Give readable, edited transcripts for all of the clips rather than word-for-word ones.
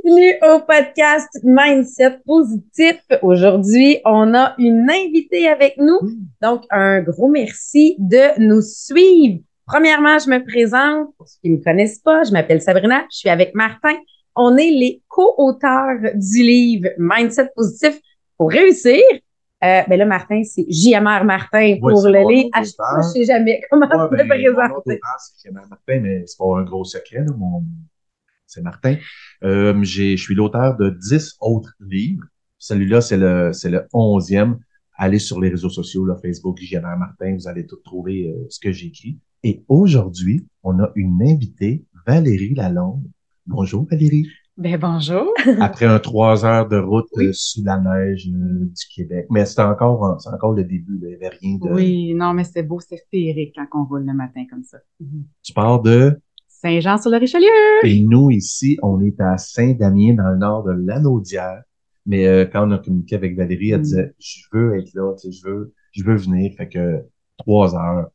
Bienvenue au podcast Mindset Positif. Aujourd'hui, on a une invitée avec nous. Donc, un gros merci de nous suivre. Premièrement, je me présente. Pour ceux qui ne me connaissent pas, je m'appelle Sabrina. Je suis avec Martin. On est les co-auteurs du livre Mindset Positif pour réussir. Ben là, Martin, c'est JMR Martin Oui, pour c'est le mon livre. nom À chaque fois, je d'auteur. sais jamais comment Ouais, me ben, mon nom présenter. d'auteur, c'est Clément Martin, mais c'est pas un gros secret, là, c'est Martin. Je suis l'auteur de 10 autres livres. Celui-là, c'est le 11e. Allez sur les réseaux sociaux, là, Facebook, JNR Martin, vous allez tout trouver ce que j'ai écrit. Et aujourd'hui, on a une invitée, Valérie Lalonde. Bonjour, Valérie. Ben bonjour. Après 3 heures de route Oui. sous la neige du Québec. Mais c'est encore le début, là. Il n'y avait rien de... Oui, non, mais c'est beau, c'est féerique quand on roule le matin comme ça. Tu pars de... Saint-Jean-sur-le-Richelieu! Et nous, ici, on est à Saint-Damien, dans le nord de Lanaudière. Mais quand on a communiqué avec Valérie, elle Hmm. disait, je veux être là, tu sais, je veux venir. Fait que 3 heures,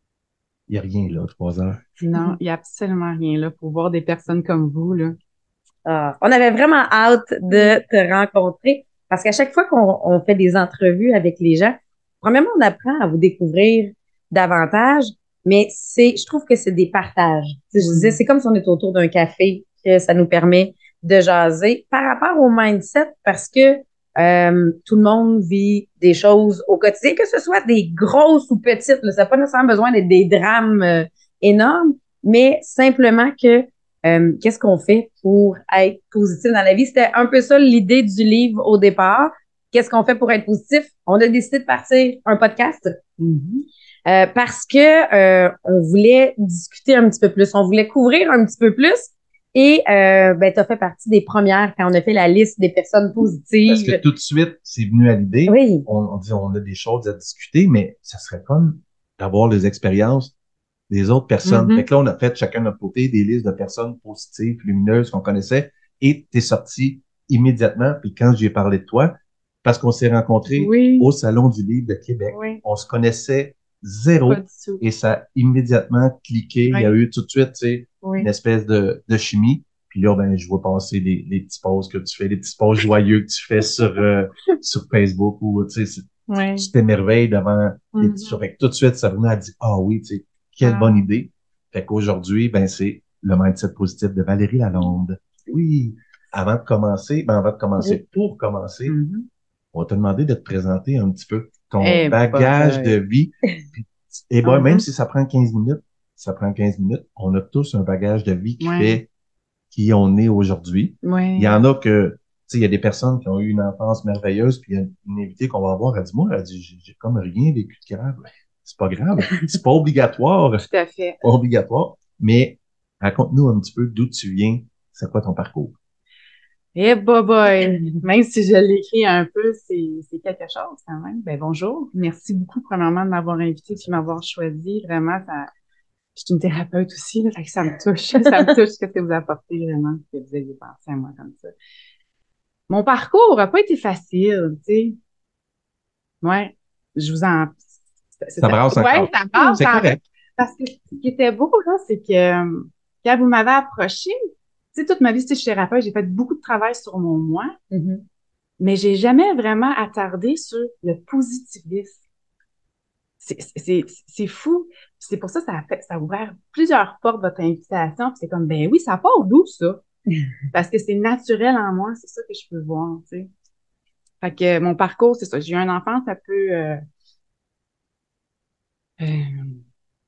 il n'y a rien là, 3 heures. Non, il n'y a absolument rien là pour voir des personnes comme vous, là. On avait vraiment hâte de te rencontrer parce qu'à chaque fois qu'on fait des entrevues avec les gens, premièrement, on apprend à vous découvrir davantage, mais je trouve que c'est des partages. Tu sais, je disais, Oui. c'est comme si on était autour d'un café, que ça nous permet de jaser par rapport au mindset parce que tout le monde vit des choses au quotidien, que ce soit des grosses ou petites, là, ça n'a pas nécessairement besoin d'être des drames énormes, mais simplement que qu'est-ce qu'on fait pour être positif dans la vie? C'était un peu ça l'idée du livre au départ. Qu'est-ce qu'on fait pour être positif? On a décidé de partir un podcast Mhm. parce que on voulait discuter un petit peu plus, on voulait couvrir un petit peu plus. Et ben, tu as fait partie des premières quand on a fait la liste des personnes Parce que positives. tout de suite, c'est venu à l'idée, Oui. on dit, on a des choses à discuter, mais ça serait comme d'avoir les expériences des autres personnes. Fait Mhm. que là, on a fait chacun de notre côté des listes de personnes positives, lumineuses qu'on connaissait, et t'es sorti immédiatement. Puis quand j'ai parlé de toi, parce qu'on s'est rencontrés Oui, au Salon du Livre de Québec, oui, on se connaissait pas zéro du tout. et ça a immédiatement cliqué. Il y a Oui, eu tout de suite, tu sais, une oui. espèce de chimie. Puis là, ben, je vois passer les petits posts que tu fais, les petits posts joyeux que tu fais sur Facebook ou, tu sais, tu Oui. t'émerveilles devant les petits choses. Mhm. Fait que tout de suite, ça venait à dire, ah oui, tu sais, quelle bonne Ah. idée. Fait qu'aujourd'hui, ben, c'est le mindset positif de Valérie Lalonde. Oui. Pour commencer, Mhm. on va te demander de te présenter un petit peu ton Eh, bye bagage de bye. vie. Puis, et ben, même Mhm. si ça prend 15 minutes, on a tous un bagage de vie qui Oui, fait qui on est aujourd'hui. Il y oui. en a que, tu sais, il y a des personnes qui ont eu une enfance merveilleuse, puis il y a une invitée qu'on va avoir, elle dit, moi, elle dit, j'ai comme rien vécu de grave. Ben, c'est pas grave, c'est pas obligatoire, Tout à fait. pas obligatoire, mais raconte-nous un petit peu d'où tu viens, c'est quoi ton parcours. Eh, boy, même si je l'écris un peu, c'est quelque chose quand même. Ben, bonjour. Merci beaucoup, premièrement, de m'avoir invité et de m'avoir choisi. Vraiment, ça, je suis une thérapeute aussi, là, fait que ça me touche. Ça me touche ce que vous apportez vraiment, que vous ayez pensé à moi comme ça. Mon parcours n'a pas été facile, tu sais. Ouais, je vous en... Ça brasse Ouais, encore. ça passe, C'est ça reste. correct. Parce que ce qui était beau, là, c'est que quand vous m'avez approché, tu sais, toute ma vie, tu sais, je suis thérapeute, j'ai fait beaucoup de travail sur mon moi. Mhm. Mais j'ai jamais vraiment attardé sur le positivisme. C'est fou. C'est pour ça que ça a ouvert plusieurs portes votre invitation. Puis c'est comme, ben oui, ça part d'où, ça? Parce que c'est naturel en moi, c'est ça que je peux voir, tu sais. Fait que mon parcours, c'est ça. J'ai eu un enfance un peu, euh,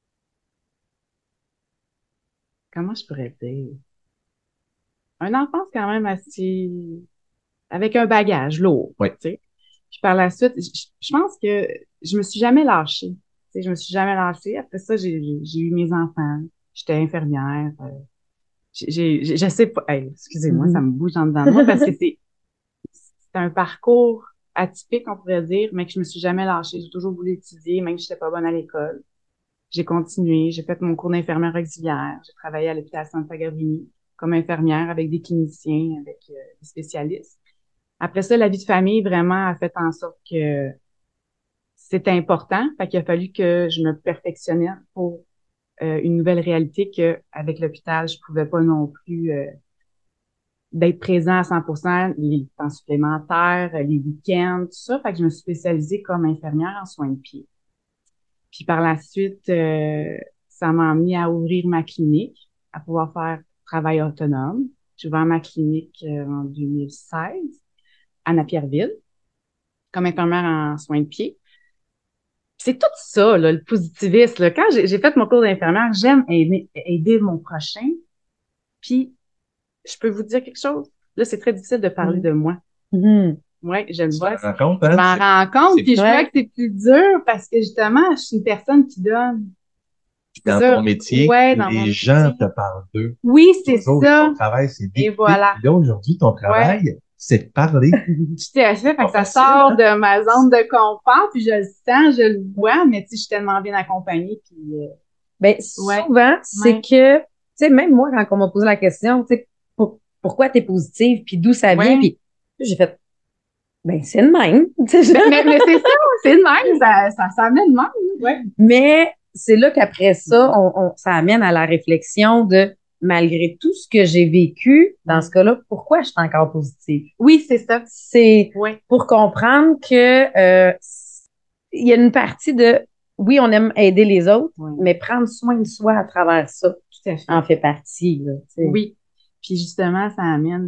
comment je pourrais dire? Un enfance quand même assez, avec un bagage lourd, Oui. tu sais. Puis par la suite, je pense que je me suis jamais lâchée. Tu sais, je me suis jamais lâchée. Après ça, j'ai eu mes enfants. J'étais infirmière. Je sais pas. Hey, excusez-moi, ça Mhm. me bouge en dedans de moi parce que c'est un parcours atypique, on pourrait dire, mais que je me suis jamais lâchée. J'ai toujours voulu étudier, même si j'étais pas bonne à l'école. J'ai continué. J'ai fait mon cours d'infirmière auxiliaire. J'ai travaillé à l'hôpital Santa-Gavrini comme infirmière avec des cliniciens, avec des spécialistes. Après ça, la vie de famille vraiment a fait en sorte que c'était important. Fait qu'il a fallu que je me perfectionnais pour une nouvelle réalité que avec l'hôpital, je pouvais pas non plus d'être présent à 100%, les temps supplémentaires, les week-ends, tout ça. Fait que je me suis spécialisée comme infirmière en soins de pied. Puis par la suite, ça m'a amené à ouvrir ma clinique, à pouvoir faire travail autonome. J'ai ouvert ma clinique en 2016 à Napierville, comme infirmière en soins de pied. Puis c'est tout ça, là, le positivisme. Là. Quand j'ai fait mon cours d'infirmière, j'aime aider mon prochain. Puis, je peux vous dire quelque chose? Là, c'est très difficile de parler de moi. Mhm. Ouais, je le Tu vois. t'en rends compte, Je hein? m'en rends compte, puis je ouais. vois que c'est plus dur parce que justement, je suis une personne qui donne. C'est Dans ça. ton métier, Ouais, dans mon les gens métier. te parlent d'eux. Oui, c'est Toujours, ça. ton travail, c'est Et d'écouter. voilà. Puis là, aujourd'hui, ton Ouais. travail, c'est de parler. Tout à fait. Fait que ça Pas facile, sort hein? de ma zone de confort, puis je le sens, je le vois, mais tu sais, je suis tellement bien accompagnée, puis Ben, ouais, souvent, c'est ouais, que, tu sais, même moi, quand on m'a posé la question, tu sais, pourquoi t'es positive, puis d'où ça vient, ouais. puis j'ai fait, ben, c'est le même. Tu sais, Mais c'est ça, c'est le même, ça amène le même. Ouais. mais c'est là qu'après ça, ça amène à la réflexion de, malgré tout ce que j'ai vécu, dans ce cas-là, pourquoi je suis encore positive? Oui, c'est ça. C'est Ouais. pour comprendre que il y a une partie de, oui, on aime aider les autres, Ouais. mais prendre soin de soi à travers ça Tout à fait. en fait partie. Là, tu sais. Oui. Puis justement, ça amène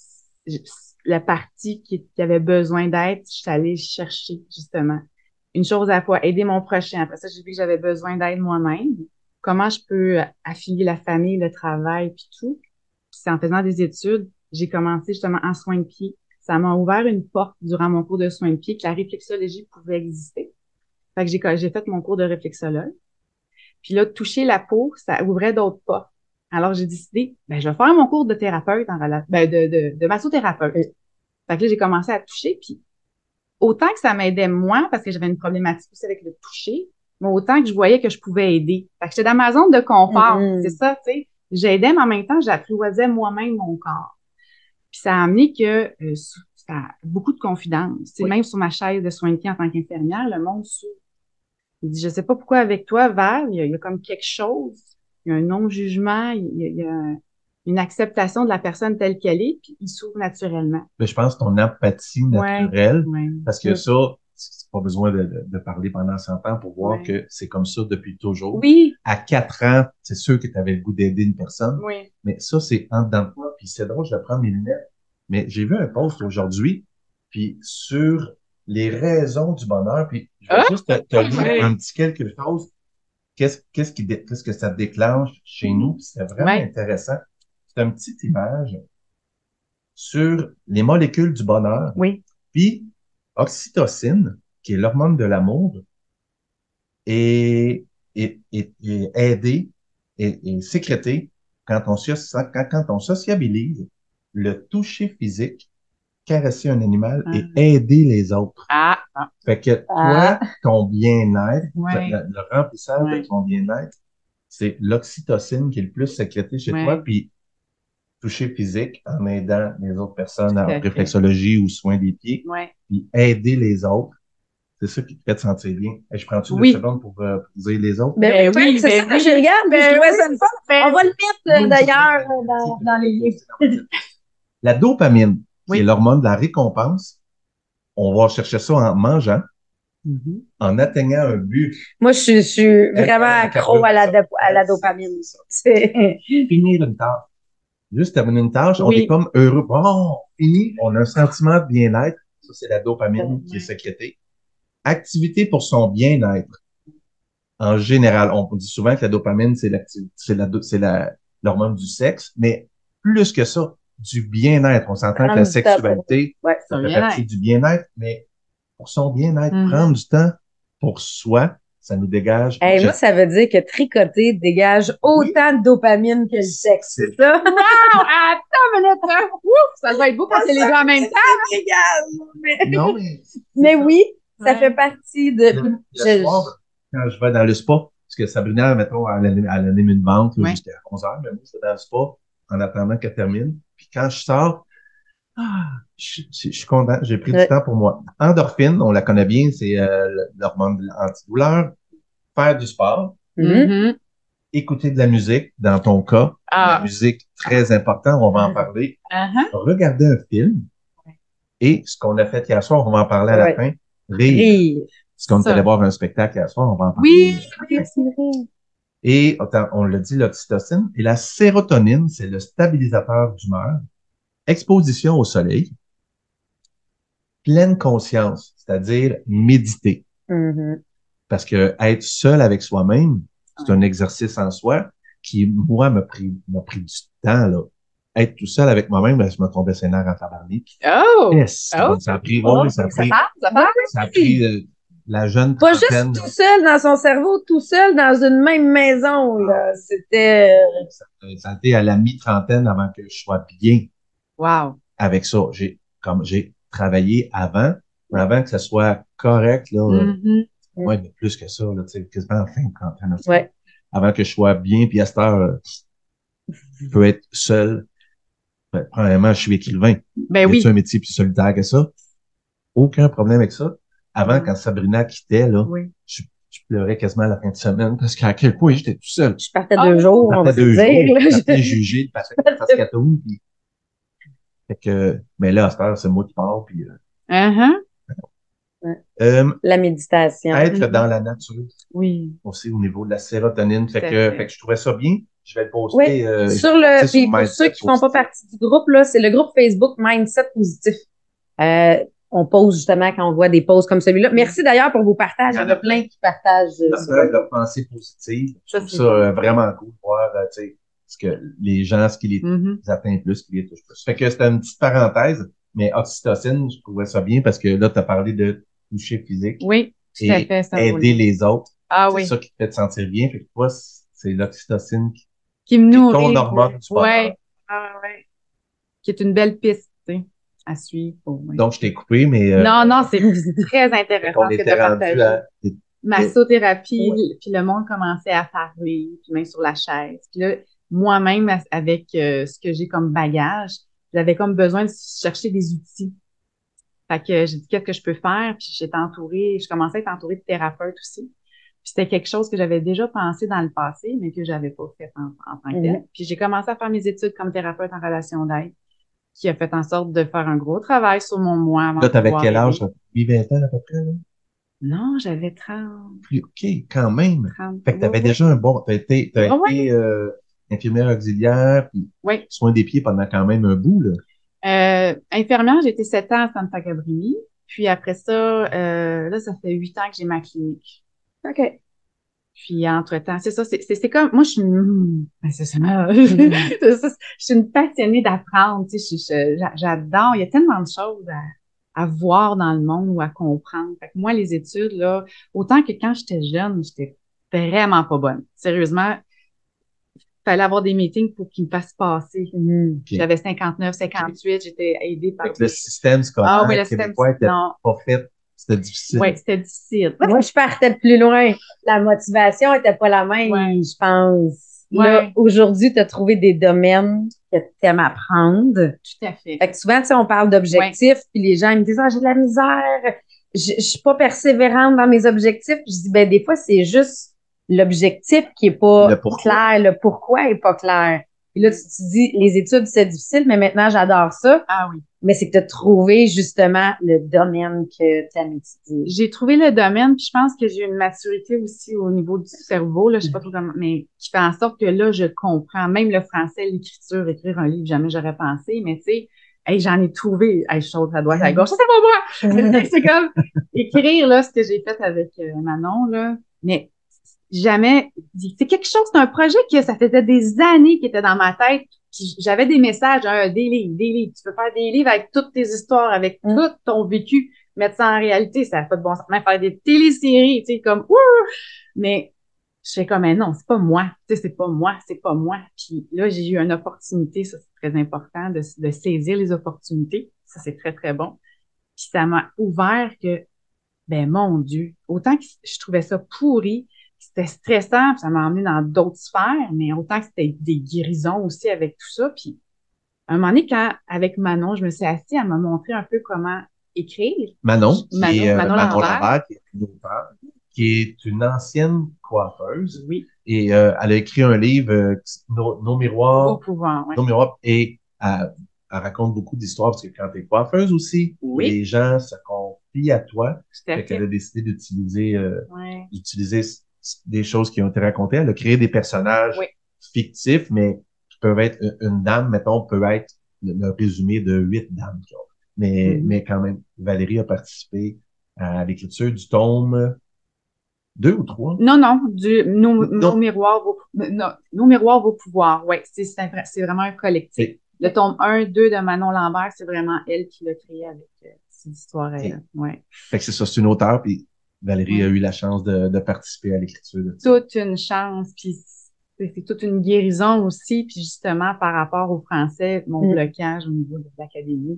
la partie qui avait besoin d'aide, je suis allée chercher, justement. Une chose à la fois, aider mon prochain. Après ça, j'ai vu que j'avais besoin d'aide moi-même. Comment je peux affilier la famille, le travail, puis tout. Puis c'est en faisant des études, j'ai commencé justement en soins de pied. Ça m'a ouvert une porte durant mon cours de soins de pied que la réflexologie pouvait exister. Fait que j'ai fait mon cours de réflexologue. Puis là, toucher la peau, ça ouvrait d'autres portes. Alors, j'ai décidé, ben, je vais faire mon cours de thérapeute de massothérapeute. Fait que là, j'ai commencé à toucher, puis autant que ça m'aidait moi, parce que j'avais une problématique aussi avec le toucher, mais autant que je voyais que je pouvais aider. Fait que j'étais dans ma zone de confort. Mm-hmm. C'est ça, tu sais. J'aidais, mais en même temps, j'apprivoisais moi-même mon corps. Puis ça a amené que ça a beaucoup de confiance. Tu sais, Oui. même sur ma chaise de soins de pied en tant qu'infirmière, le monde s'ouvre. Il dit, je sais pas pourquoi avec toi, Val, il y a comme quelque chose, il y a un non-jugement, il y a une acceptation de la personne telle qu'elle est, puis il s'ouvre naturellement. Mais je pense ton empathie Ouais, naturelle, ouais, parce que ça, c'est pas besoin de parler pendant 100 ans pour voir ouais. que c'est comme ça depuis toujours. Oui, À 4 ans, c'est sûr que tu avais le goût d'aider une personne, oui. mais ça, c'est en dedans de toi. Puis c'est drôle, je vais prendre mes lunettes. Mais j'ai vu un post aujourd'hui, puis sur les raisons du bonheur, puis je vais Ah! juste te lire Ouais. un petit quelque chose. Qu'est-ce que ça déclenche chez nous? Puis c'est vraiment Ouais. intéressant. C'est une petite image sur les molécules du bonheur. Oui. Puis, oxytocine, qui est l'hormone de l'amour, est aidée et sécrétée quand on sociabilise, le toucher physique, caresser un animal et aider les autres. Ah. Fait que toi, ton bien-être, Ouais. le remplissage Ouais. de ton bien-être, c'est l'oxytocine qui est le plus sécrété chez Ouais. toi, puis toucher physique en aidant les autres personnes Tout en à fait. réflexologie ou soins des pieds, Ouais. puis aider les autres. C'est ça qui te fait te sentir bien. Et je prends-tu Oui. 2 secondes pour dire les autres? Ben oui, c'est ça que je regarde, puis je trouvais ça le fun. On va le mettre d'ailleurs dans les liens. La dopamine, qui Oui. est l'hormone de la récompense, on va chercher ça en mangeant, en atteignant un but. Moi, je suis vraiment accro à la dopamine. Finir une tâche. Juste terminer une tâche, on Oui. est comme heureux. Bon, fini, on a un sentiment de bien-être. Ça, c'est la dopamine qui est sécrétée. Activité pour son bien-être. En général, on dit souvent que la dopamine, c'est l'hormone du sexe, mais plus que ça, du bien-être. On s'entend que la sexualité, ça fait partie du bien-être, mais pour son bien-être, prendre du temps pour soi, ça nous dégage. Moi, ça veut dire que tricoter dégage autant de dopamine que le sexe, c'est ça? Wow! Attends une minute! Ouf! Ça doit être beau passer les deux en même temps! Non, mais oui, ça fait partie de... Le soir, quand je vais dans le spa, parce que Sabrina, mettons, elle anime une vente jusqu'à 11h, mais moi, c'est dans le spa en attendant qu'elle termine. Puis quand je sors, je suis content, j'ai pris du temps pour moi. Endorphine, on la connaît bien, c'est l'hormone antidouleur. Faire du sport. écouter de la musique, dans ton cas, la musique très importante, on va en parler. Regarder un film, et ce qu'on a fait hier soir, on va en parler à la fin, rire. Parce qu'on est allé voir un spectacle hier soir, on va en parler. Oui, c'est vrai. Et on l'a dit, l'oxytocine. Et la sérotonine, c'est le stabilisateur d'humeur. Exposition au soleil. Pleine conscience, c'est-à-dire méditer. Parce que être seul avec soi-même, c'est un exercice en soi qui, moi, m'a pris du temps, là. Être tout seul avec moi-même, ben, je me tombais ses nerfs en tabarnak. Ça a pris, ça a pris la jeune pas trentaine. juste tout seul dans son cerveau, tout seul dans une même maison, là. C'était... Ça a été à la mi-trentaine avant que je sois bien avec ça. J'ai travaillé avant que ça soit correct, là. Ouais, mais plus que ça, là, tu sais, quasiment en fin de trentaine. Avant que je sois bien, puis à cette heure, je peux être seul. Ben, premièrement, je suis écrivain. Ben oui. C'est un métier plus solitaire que ça. Aucun problème avec ça. Avant, quand Sabrina quittait, là, je pleurais quasiment à la fin de semaine parce qu'à quel point j'étais tout seul. Je partais 2 jours, on va se dire. Je partais juger, je passais à Saskatoon, puis... Fait que, mais là, à cette heure, c'est moi qui pars, puis... la méditation. Être dans la nature. Oui. Aussi au niveau de la sérotonine. Fait que je trouvais ça bien. Je vais le poster. Sur le, puis pour ceux qui font pas partie du groupe, là, c'est le groupe Facebook Mindset Positif. On pose justement quand on voit des posts comme celui-là. Merci d'ailleurs pour vos partages. Il y en a plein qui partagent. Leur pensée positive. Je trouve ça vraiment cool de voir, tu sais, ce que les gens, ce qui les atteint plus, ce qui les touche plus. Fait que c'était une petite parenthèse, mais oxytocine, je trouvais ça bien parce que là, tu as parlé de toucher physique. Oui, tout à fait. Aider les autres. C'est ça qui te fait te sentir bien. Fait que toi, c'est l'oxytocine qui me nourrit. Ton hormone du bonheur. Oui. Qui est une belle piste, tu sais, à suivre. Donc, je t'ai coupé, mais... Non, c'est très intéressant ce que tu as partagé. Massothérapie, puis le monde commençait à parler, puis même sur la chaise. Puis là, moi-même, avec ce que j'ai comme bagage, j'avais comme besoin de chercher des outils. Fait que j'ai dit, qu'est-ce que je peux faire? Puis je commençais à être entourée de thérapeutes aussi. Puis c'était quelque chose que j'avais déjà pensé dans le passé, mais que j'avais pas fait en tant que tel. Puis j'ai commencé à faire mes études comme thérapeute en relation d'aide, qui a fait en sorte de faire un gros travail sur mon moi avant. Là, t'avais quel âge? 20 ans à peu près, là? Non, j'avais 30. OK, quand même. 30. Fait que t'avais déjà un bon... T'as été infirmière auxiliaire, puis soin des pieds pendant quand même un bout, là. Infirmière, j'ai été 7 ans à Santa Cabrini. Puis après ça, là, ça fait 8 ans que j'ai ma clinique. OK. Puis entre-temps, c'est ça, c'est comme, moi, je suis je suis une passionnée d'apprendre, tu sais, j'adore, il y a tellement de choses à voir dans le monde ou à comprendre. Fait que moi, les études, là, autant que quand j'étais jeune, j'étais vraiment pas bonne. Sérieusement, fallait avoir des meetings pour qu'ils me fassent passer. J'avais 59, 58, j'étais aidée par... Le système scolaire québécois était pas fait. C'était difficile. Oui, c'était difficile. Moi, je partais de plus loin. La motivation était pas la même, je pense. Là, aujourd'hui, tu as trouvé des domaines que tu aimes apprendre. Tout à fait. Fait que souvent, tu sais, on parle d'objectifs, puis les gens ils me disent « Ah, j'ai de la misère, je suis pas persévérante dans mes objectifs. » Je dis « Ben, des fois, c'est juste l'objectif qui est pas clair, le pourquoi est pas clair. » Puis là, tu te dis, les études, c'est difficile, mais maintenant, j'adore ça. Ah oui. Mais c'est que tu as trouvé, justement, le domaine que tu aimes étudier. J'ai trouvé le domaine, puis je pense que j'ai une maturité aussi au niveau du cerveau, là, je sais pas trop comment, mais qui fait en sorte que là, je comprends. Même le français, l'écriture, écrire un livre, jamais j'aurais pensé, mais tu sais, hey, j'en ai trouvé, hey, je saute à droite, à gauche, ça, c'est pas moi! C'est comme écrire, là, ce que j'ai fait avec Manon, là, mais jamais, c'est quelque chose, c'est un projet que ça faisait des années qui était dans ma tête. Puis j'avais des messages, des livres. Tu peux faire des livres avec toutes tes histoires, avec tout ton vécu, mettre ça en réalité, ça n'a pas de bon sens. Même faire des téléséries, tu sais, comme, mais je fais comme, mais non, c'est pas moi. Tu sais, c'est pas moi. Puis là, j'ai eu une opportunité, ça, c'est très important, de saisir les opportunités. Ça, c'est très, très bon. Puis ça m'a ouvert que, ben, mon Dieu, autant que je trouvais ça pourri, c'était stressant, puis ça m'a emmené dans d'autres sphères, mais autant que c'était des guérisons aussi avec tout ça. Puis, à un moment donné, avec Manon, je me suis assise, elle m'a montré un peu comment écrire. Manon Lavert, qui est une auteure, qui est une ancienne coiffeuse. Oui. Et elle a écrit un livre, Nos Au miroirs, pouvoir, oui. Nos miroirs, et elle raconte beaucoup d'histoires parce que quand tu es coiffeuse aussi, Oui. les gens se confient à toi. Tout à Fait qu'elle fait. a décidé d'utiliser Ouais. des choses qui ont été racontées. Elle a créé des personnages Oui. fictifs, mais qui peuvent être une dame, mettons, peut être le résumé de 8 dames. Mais quand même, Valérie a participé à l'écriture du tome 2 ou 3. Non, non, nos Non. miroirs, nos miroirs, vos pouvoirs. Oui, c'est vraiment un collectif. Et, Le tome 1, 2 de Manon Lambert, c'est vraiment elle qui l'a créé avec cette histoire-là. Ouais. fait que c'est ça, c'est une auteure, puis Valérie a Ouais. eu la chance de participer à l'écriture de ça. Toute une chance, puis c'est toute une guérison aussi, puis justement par rapport au français, mon blocage au niveau de l'académie.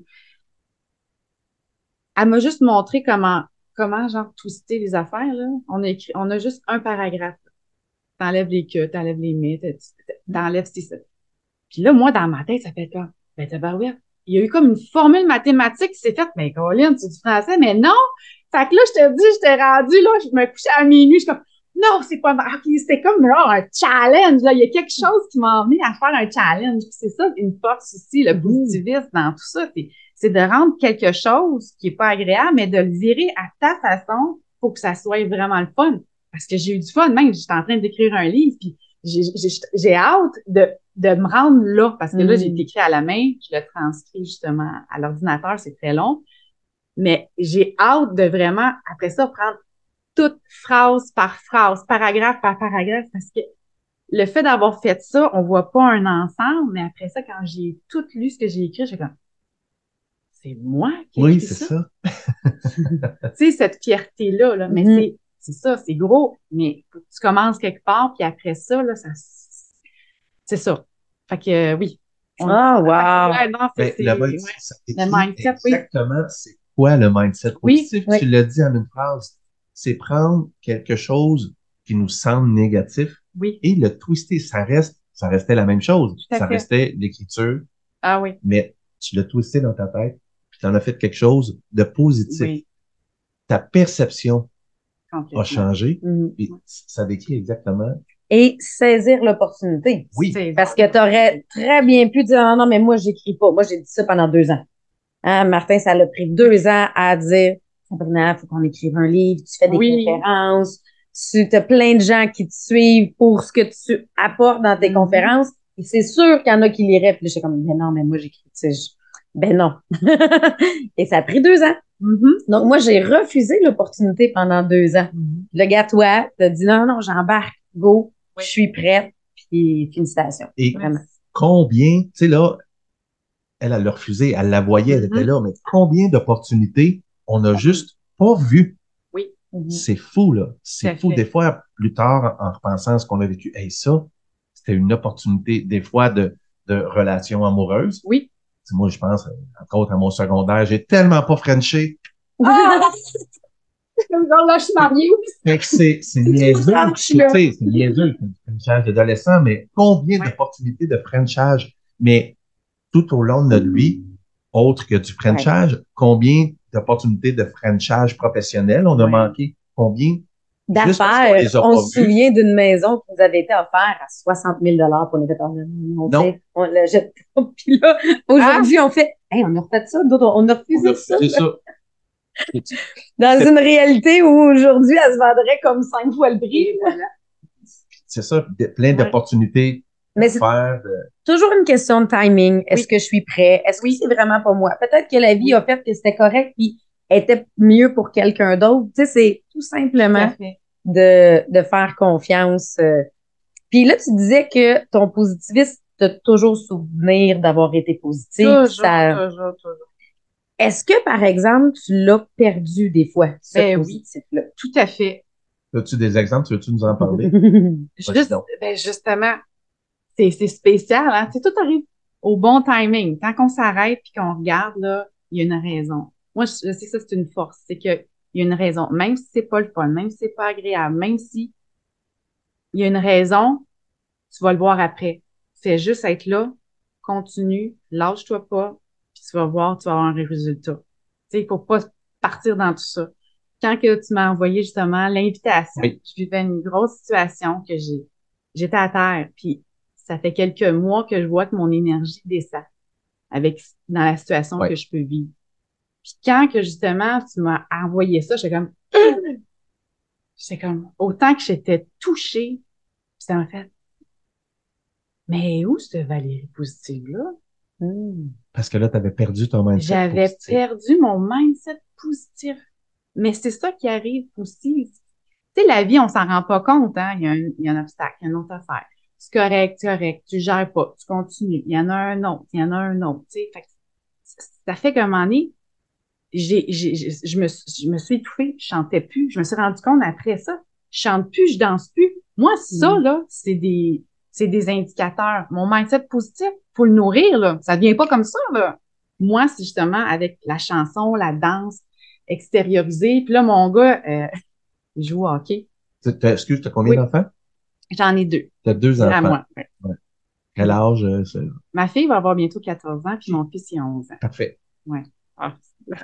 Elle m'a juste montré comment genre twister les affaires, là. On a juste un paragraphe. T'enlèves les que, t'enlèves les mais, t'enlèves ça. Puis là, moi, dans ma tête, ça fait comme, ben, tabarouette. Il y a eu comme une formule mathématique qui s'est faite, mais Colin, c'est du français, mais non! Fait que là, je te dis, j'étais rendue, là, je me couchais à minuit, je suis comme, non, c'est pas, ok, c'était comme, genre, un challenge, là. Il y a quelque chose qui m'a emmené à faire un challenge. Puis c'est ça, une force aussi, le positivisme dans tout ça. C'est de rendre quelque chose qui est pas agréable, mais de le virer à ta façon pour que ça soit vraiment le fun. Parce que j'ai eu du fun, même, j'étais en train d'écrire un livre, puis j'ai hâte de me rendre là, parce que là, j'ai écrit à la main, je le transcris justement à l'ordinateur, c'est très long, mais j'ai hâte de vraiment, après ça, prendre toute phrase par phrase, paragraphe par paragraphe, parce que le fait d'avoir fait ça, on voit pas un ensemble, mais après ça, quand j'ai tout lu ce que j'ai écrit, j'ai comme, c'est moi qui ai Oui, écrit c'est ça. ça. Tu sais, cette fierté-là, là, mais c'est ça, c'est gros, mais faut que tu commences quelque part, puis après ça, là, c'est ça. Fait que oui. Ah, wow! Ouais, non, Ben, ouais. ça Le décrit mindset, oui. exactement c'est quoi le mindset Oui, positif. oui. Tu l'as dit en une phrase. C'est prendre quelque chose qui nous semble négatif Oui, et le twister. Ça restait la même chose. tout à Ça fait. restait l'écriture, Ah oui, mais tu l'as twisté dans ta tête, puis tu en as fait quelque chose de positif. oui, Ta perception a complètement. changé et ça décrit exactement. Et saisir l'opportunité. Oui, Parce que tu aurais très bien pu dire, non, non, mais moi, j'écris pas. Moi, j'ai dit ça pendant 2 ans. Hein, Martin, ça l'a pris 2 ans à dire, Sabrina, il faut qu'on écrive un livre, tu fais des conférences, tu as plein de gens qui te suivent pour ce que tu apportes dans tes conférences. Et c'est sûr qu'il y en a qui liraient. Puis là, j'étais comme, ben non, mais moi, j'écris. Ben non. Et ça a pris 2 ans. Donc, moi, j'ai refusé l'opportunité pendant 2 ans. Le gars, toi, t'as dit, non, non, j'embarque, go, je suis prête, puis félicitations. Et Vraiment. combien, tu sais, là, elle l'a refusé, elle la voyait, elle était là, mais combien d'opportunités on n'a juste pas vues? Oui. C'est fou, là. C'est fou. Des fois, plus tard, en repensant à ce qu'on a vécu, hey, ça, c'était une opportunité, des fois, de relations amoureuses. Oui. Moi, je pense, entre autres, à mon secondaire, j'ai tellement pas frenché. Ah! Là, je suis mariée. Fait que c'est niaiseux. Tu sais, c'est niaiseux, c'est un frenchage d'adolescent, mais combien d'opportunités de frenchage? Mais tout au long de notre vie, autre que du frenchage, combien d'opportunités de frenchage professionnel on a manqué? Combien? D'affaires. On se souvient d'une maison qui nous avait été offerte à 60 000 pour nous faire on la jette pas. Puis là, aujourd'hui, on fait, hey, on a refait ça. D'autres, on a refusé ça. Dans une réalité où aujourd'hui, elle se vendrait comme 5 fois le prix. Voilà. C'est ça, plein d'opportunités. Mais c'est toujours une question de timing. Est-ce que je suis prêt? Est-ce que c'est vraiment pas moi? Peut-être que la vie a fait que c'était correct puis était mieux pour quelqu'un d'autre. Tu sais, c'est tout simplement de faire confiance. Puis là, tu disais que ton positivisme te toujours souvenir d'avoir été positif. Toujours. Est-ce que, par exemple, tu l'as perdu des fois, ce positif-là? Oui, tout à fait. As-tu des exemples? Veux-tu nous en parler? Justement, c'est spécial, hein? Tu sais, tout arrive au bon timing. Quand on s'arrête puis qu'on regarde, là, il y a une raison. Moi, je sais que ça, c'est une force. C'est qu'il y a une raison. Même si c'est pas le fun, même si c'est pas agréable, même si il y a une raison, tu vas le voir après. Fais juste être là, continue, lâche-toi pas, puis tu vas voir, tu vas avoir un résultat. Tu sais, il faut pas partir dans tout ça. quand que tu m'as envoyé justement l'invitation, Oui. je vivais une grosse situation que j'étais à terre, puis ça fait quelques mois que je vois que mon énergie descend dans la situation Ouais. que je peux vivre. Puis quand que justement tu m'as envoyé ça, j'étais comme autant que j'étais touchée, puis ça m'a fait mais où cette Valérie positive-là? Parce que là, tu avais perdu ton mindset J'avais positif. perdu mon mindset positif. Mais c'est ça qui arrive aussi. Tu sais, la vie, on s'en rend pas compte, hein. Il y a un obstacle, il y a une autre affaire. C'est correct, tu gères pas, tu continues. Il y en a un autre, il y en a un autre, tu sais. Fait que ça fait qu'à un moment donné, je me suis étouffée, je chantais plus. Je me suis rendu compte après ça, je chante plus, je danse plus. Moi, ça, là, c'est des indicateurs. Mon mindset positif, faut le nourrir, là. Ça vient pas comme ça, là. Moi, c'est justement avec la chanson, la danse, extériorisée. Puis là, mon gars, il joue au hockey. Excuse, tu as combien Oui, d'enfants? j'en ai 2. Tu as 2 À enfants. moi. Ouais. Ouais. Quel âge? Ma fille va avoir bientôt 14 ans, puis mon fils, il a 11 ans. Parfait. Ouais. Ah,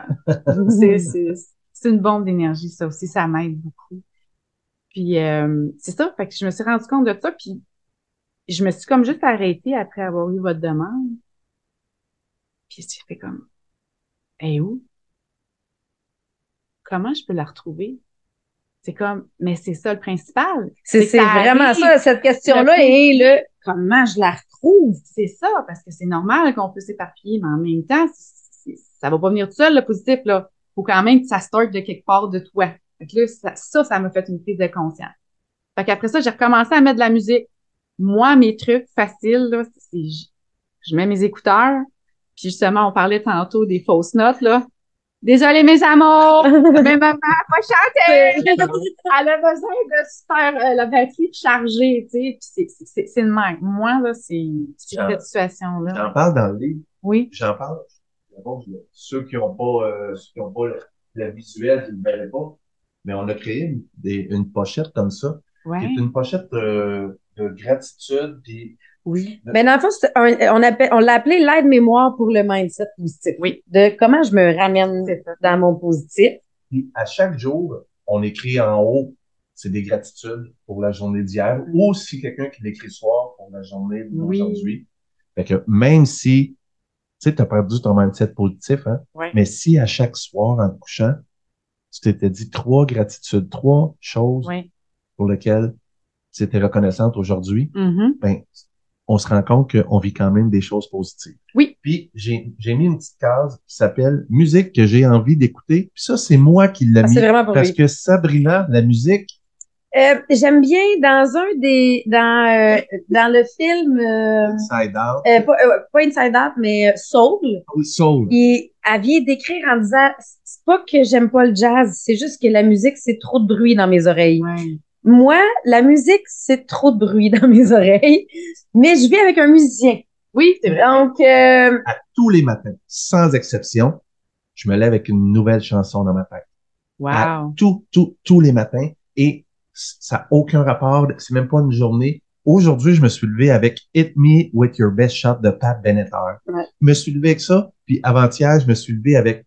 c'est une bombe d'énergie, ça aussi, ça m'aide beaucoup. Puis c'est ça, fait que je me suis rendu compte de ça, puis je me suis comme juste arrêtée après avoir eu votre demande. Puis j'ai fait comme, hey, où? Comment je peux la retrouver? C'est comme, mais c'est ça le principal. C'est que ça vraiment arrive. ça, cette question-là, Le et le comment je la retrouve? C'est ça, parce que c'est normal qu'on peut s'éparpiller, mais en même temps, ça va pas venir tout seul, le positif, là. Faut quand même que ça sorte de quelque part de toi. Fait que là, ça m'a fait une prise de conscience. Fait qu'après ça, j'ai recommencé à mettre de la musique. Moi, mes trucs faciles, là, je mets mes écouteurs, puis justement, on parlait tantôt des fausses notes, là. Désolée, mes amours, mais maman va chanter! Elle a besoin de se faire la batterie chargée, tu sais, puis c'est le même. Moi, là, c'est cette situation-là. J'en parle dans le livre. Oui. J'en parle. D'abord, ceux qui n'ont pas le visuel, ils ne le verraient pas. Mais on a créé une pochette comme ça, qui est Ouais. une pochette de gratitude. Puis Oui. Ben, dans le fond, on l'a appelé l'aide-mémoire pour le mindset positif. Oui. De comment je me ramène C'est ça. dans mon positif. Puis à chaque jour, on écrit en haut, c'est des gratitudes pour la journée d'hier, ou si quelqu'un qui l'écrit le soir pour la journée d'aujourd'hui. Fait que même si, tu sais, tu as perdu ton mindset positif, hein, Ouais. mais si à chaque soir, en te couchant, tu t'étais dit 3 gratitudes, 3 choses Ouais. pour lesquelles tu étais reconnaissante aujourd'hui, Mm-hmm. ben, on se rend compte qu'on vit quand même des choses positives. Oui. Puis, j'ai mis une petite case qui s'appelle musique que j'ai envie d'écouter. Puis ça, c'est moi qui l'ai mis. C'est vraiment pour Parce lui. que Sabrina, la musique, J'aime bien dans le film Inside Out, pas Inside Out, mais Soul. Soul. Elle vient d'écrire en disant c'est pas que j'aime pas le jazz, c'est juste que la musique, c'est trop de bruit dans mes oreilles. Ouais. Moi, la musique, c'est trop de bruit dans mes oreilles, mais je vis avec un musicien. Oui, c'est vrai. Donc, À tous les matins, sans exception, je me lève avec une nouvelle chanson dans ma tête. À Wow. tous les matins. Et ça n'a aucun rapport, c'est même pas une journée. Aujourd'hui, je me suis levé avec Hit Me With Your Best Shot de Pat Benatar. Ouais. Je me suis levé avec ça, puis avant-hier, je me suis levé avec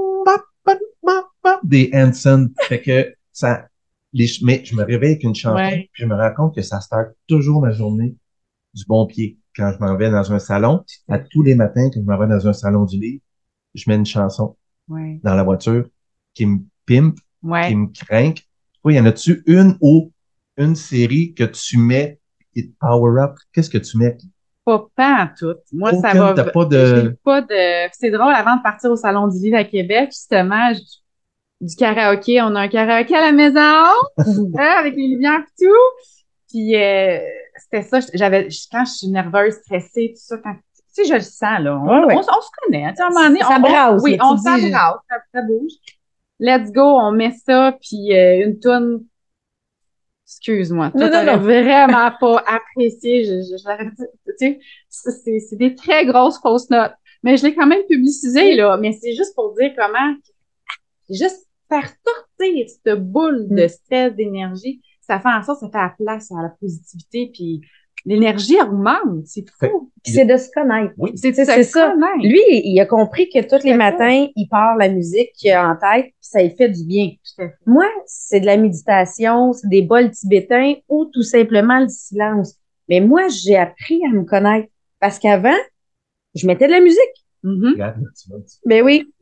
des Hanson. Fait que ça, mais je me réveille avec une chanson, Ouais. puis je me rends compte que ça start toujours ma journée du bon pied. Quand je m'en vais dans un salon, à tous les matins, quand je m'en vais dans un salon du livre, je mets une chanson Ouais. dans la voiture qui me pimpe, qui Ouais. me craint. Oui, y en a-tu une ou une série que tu mets et te power up? Qu'est-ce que tu mets? Pas en tout. Moi, ça Aucune, va. t'as pas J'ai de... pas de. C'est drôle, avant de partir au Salon du Livre à Québec, justement, du karaoké. On a un karaoké à la maison, avec les lumières et tout. Puis c'était ça. Quand je suis nerveuse, stressée, tout ça, tu sais, je le sens, là. On se connaît. Tu sais, à un moment donné, Ça brasse, oui, là, on tu dis, s'abrasse, ça bouge. Let's go, on met ça, puis une toune. Excuse-moi, toi, Non, t'aurais non. vraiment pas apprécié. Tu sais, c'est des très grosses fausses notes. Mais je l'ai quand même publicisé, là. Mais c'est juste pour dire comment, juste faire sortir cette boule de stress, d'énergie, ça fait en sorte, ça fait la place à la positivité, puis l'énergie augmente, c'est fou. Puis c'est de se connaître. Oui. C'est C'est ça. connaître. Lui, il a compris que tous les C'est matins, il part la musique qu'il a en tête, puis ça lui fait du bien. Tout à fait. Moi, c'est de la méditation, c'est des bols tibétains ou tout simplement le silence. Mais moi, j'ai appris à me connaître parce qu'avant, je mettais de la musique. Mhm. Regarde, là, tu vois, Ben oui.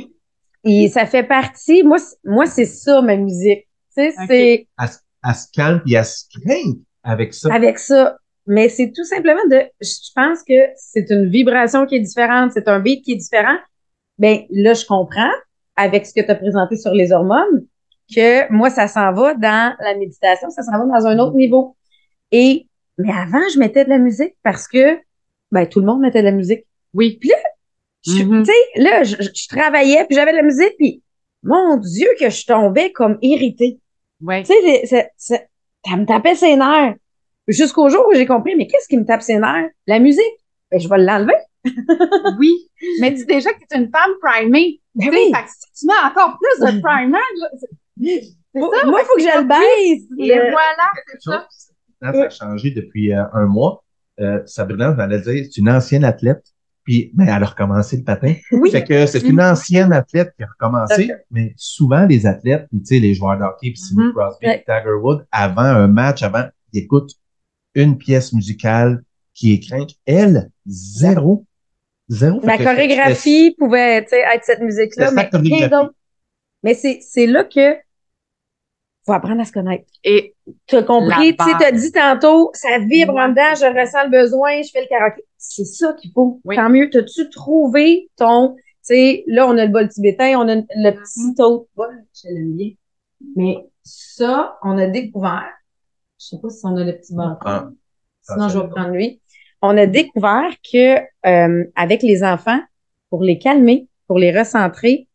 Et ça fait partie. Moi, c'est ça, ma musique. Tu sais, Ok. c'est elle se calme puis elle se craint avec ça. avec ça. Mais c'est tout simplement je pense que c'est une vibration qui est différente, c'est un beat qui est différent. Ben là, je comprends avec ce que tu as présenté sur les hormones que moi, ça s'en va dans la méditation, ça s'en va dans un autre niveau. Mais avant, je mettais de la musique parce que ben tout le monde mettait de la musique. Oui. Puis là, Mhm. tu sais, là, je travaillais, puis j'avais de la musique, puis mon Dieu, que je tombais comme irritée. Ouais. Tu sais, ça me tapait ses nerfs. Jusqu'au jour où j'ai compris, mais qu'est-ce qui me tape ses nerfs? La musique. Ben, je vais l'enlever. Oui. Mais dis déjà que tu es une femme primée. Ben Tu sais, oui. fait que si tu mets encore plus de primer, là, c'est ça. Moi, il faut que je le baisse. Et voilà, c'est Ça, ça. ça a changé depuis un mois. Sabrina, je m'allais dire, c'est une ancienne athlète, puis mais elle a recommencé le patin. Oui. Fait que c'est une ancienne athlète qui a recommencé, mais souvent les athlètes, puis, tu sais, les joueurs de hockey, puis Sidney Mhm. Crosby, Ouais. Tiger Woods, avant un match, ils écoutent une pièce musicale qui est crinque. Elle, zéro. Zéro. Fait Ma que chorégraphie pouvait, tu sais, être cette musique-là, c'était sa mais rien chorégraphie. d'autre. Mais c'est là que faut apprendre à se connaître. Et Tu as compris, La tu sais, tu as base. dit tantôt, ça vibre Ouais, en dedans, c'est je ressens le besoin, je fais le karaoké. C'est ça qu'il faut. Oui. Tant mieux. T'as-tu trouvé ton, tu sais, là, on a le bol tibétain, on a le petit autre bol, je l'aime bien. Mais ça, on a découvert, je sais pas si on a le petit bâton, Ah, sinon je vais c'est prendre lui. On a découvert que, avec les enfants, pour les calmer, pour les recentrer,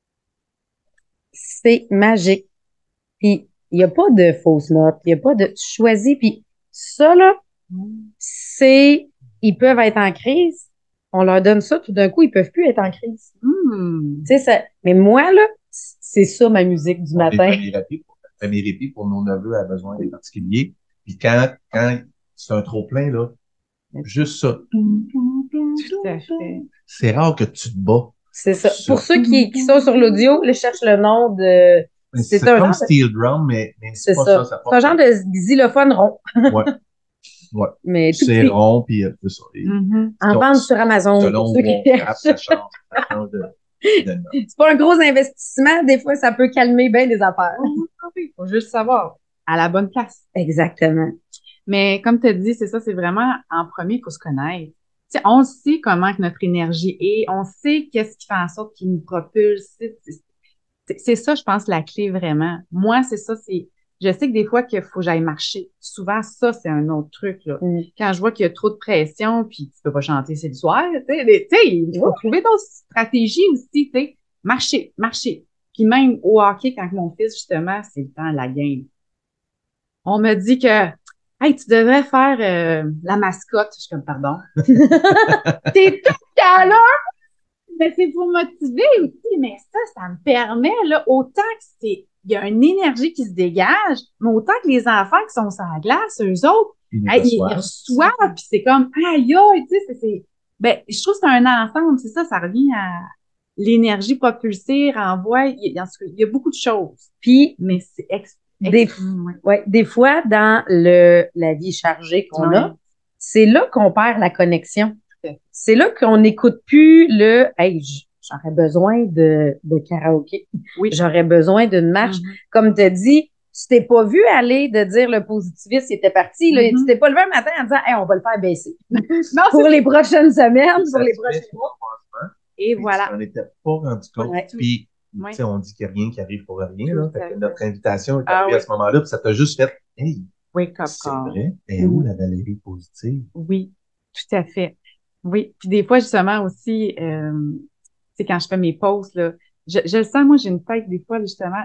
c'est magique. Puis, il n'y a pas de fausses notes, il n'y a pas de, tu choisis. Puis, ça, là, c'est, ils peuvent être en crise. On leur donne ça, tout d'un coup, ils peuvent plus être en crise. Hmm. Tu sais, ça, mais moi, là, c'est ça ma musique du On est matin. famille répit pour nos neveux à besoin des particuliers. Puis quand c'est un trop-plein, là, juste ça. Tout à fait. C'est rare que tu te bats. C'est ça. Ça. Pour ceux qui sont sur l'audio, je cherche le nom de, C'est c'est un comme genre de, steel drum, mais c'est c'est pas ça. ça. C'est un genre de xylophone rond, Ouais, ouais. mais tout C'est petit. rond, puis c'est ça. Et Mhm. En vente sur Amazon, selon pour ceux où qui on frappe, cherchent. ça change de note. C'est pas un gros investissement. Des fois, ça peut calmer bien des affaires. Il faut juste savoir. À la bonne place. Exactement. Mais comme tu as dit, c'est ça, c'est vraiment en premier, il faut se connaître. Tu sais, on sait comment que notre énergie est, on sait qu'est-ce qui fait en sorte qu'il nous propulse. C'est ça, je pense, la clé vraiment. Moi, c'est ça, je sais que des fois qu'il faut que j'aille marcher. Souvent, ça, c'est un autre truc, là. Quand je vois qu'il y a trop de pression, puis tu peux pas chanter, c'est le soir, tu sais, il faut trouver d'autres stratégies aussi, tu sais. Marcher. Puis même au hockey, quand mon fils, justement, c'est le temps de la game. On me dit que, hey, tu devrais faire la mascotte. Je suis comme, pardon. T'es tout câlin, mais c'est pour motiver aussi. Mais ça me permet, là, autant que il y a une énergie qui se dégage, mais autant que les enfants qui sont sur la glace, eux autres, ils reçoivent, puis c'est comme, aïe, aïe, tu sais, ben, je trouve que c'est un ensemble, c'est ça, ça revient à l'énergie propulsée, renvoie, il y a beaucoup de choses. Puis, mais c'est des fois, dans la vie chargée qu'on a, c'est là qu'on perd la connexion. C'est là qu'on n'écoute plus hey, j'aurais besoin de karaoké. Oui. J'aurais besoin d'une marche. Comme tu as dit, tu t'es pas vu aller de dire le positiviste, il était parti. Là, tu t'es pas levé un matin en disant, hey, on va le faire baisser. Non, pour les prochaines semaines, pour les prochains mois. Et voilà. On n'était pas rendu compte. Ouais. Puis, tu sais, on dit qu'il n'y a rien qui arrive pour rien. Là. Fait que fait. notre invitation est arrivée à ce moment-là, puis ça t'a juste fait, hey, c'est vrai, et où la Valérie positive? Oui, tout à fait. Oui, puis des fois, justement, aussi, tu sais, quand je fais mes posts, là, je le sens, moi, j'ai une tête, des fois, justement,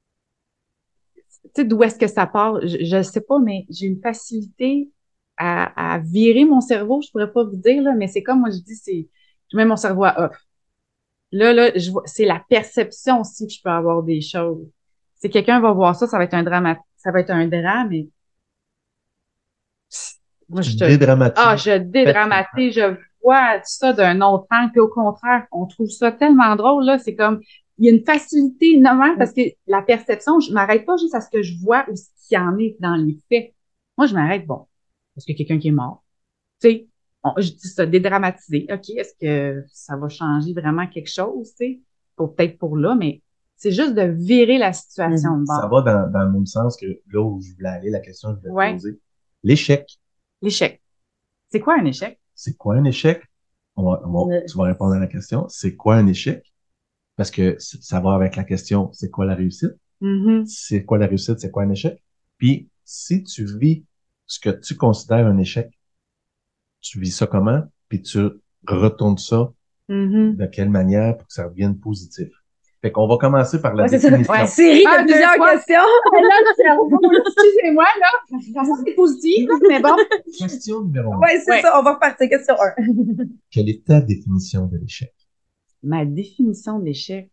tu sais, d'où est-ce que ça part? Je le sais pas, mais j'ai une facilité à virer mon cerveau, je pourrais pas vous dire, là, mais c'est comme, moi, je dis, je mets mon cerveau à off. Là, c'est la perception aussi que je peux avoir des choses. Si quelqu'un va voir ça, ça va être un drame, mais Moi, Tu dédramatises. je dédramatise, je vois ça d'un autre angle. Puis au contraire, on trouve ça tellement drôle, là. C'est comme, il y a une facilité, non, parce que la perception, je m'arrête pas juste à ce que je vois ou ce qu'il y en est dans les faits. Moi, je m'arrête, bon, est-ce qu'il y a quelqu'un qui est mort? Tu sais, je dis ça, dédramatiser. OK, est-ce que ça va changer vraiment quelque chose, tu sais? Peut-être pour là, mais c'est juste de virer la situation de Ça bord. va dans le même sens que là où je voulais aller, la question que je voulais te Ouais, poser. L'échec, l'échec. C'est quoi un échec? c'est quoi un échec? Tu vas répondre à la question. C'est quoi un échec? Parce que ça va avec la question, c'est quoi la réussite? Mhm. C'est quoi la réussite? C'est quoi un échec? Puis, si tu vis ce que tu considères un échec, tu vis ça comment? Puis tu retournes ça Mhm. de quelle manière pour que ça revienne positif? Fait qu'on va commencer par la Ouais, c'est ça. définition. Ouais. Série Un, de deux, plusieurs trois. questions. Là, le cerveau, là, excusez-moi, là. Ça c'est positif, là, mais bon. Question numéro 1. Ouais, c'est Ouais. ça. On va repartir. Question 1. Quelle est ta définition de l'échec? Ma définition de l'échec.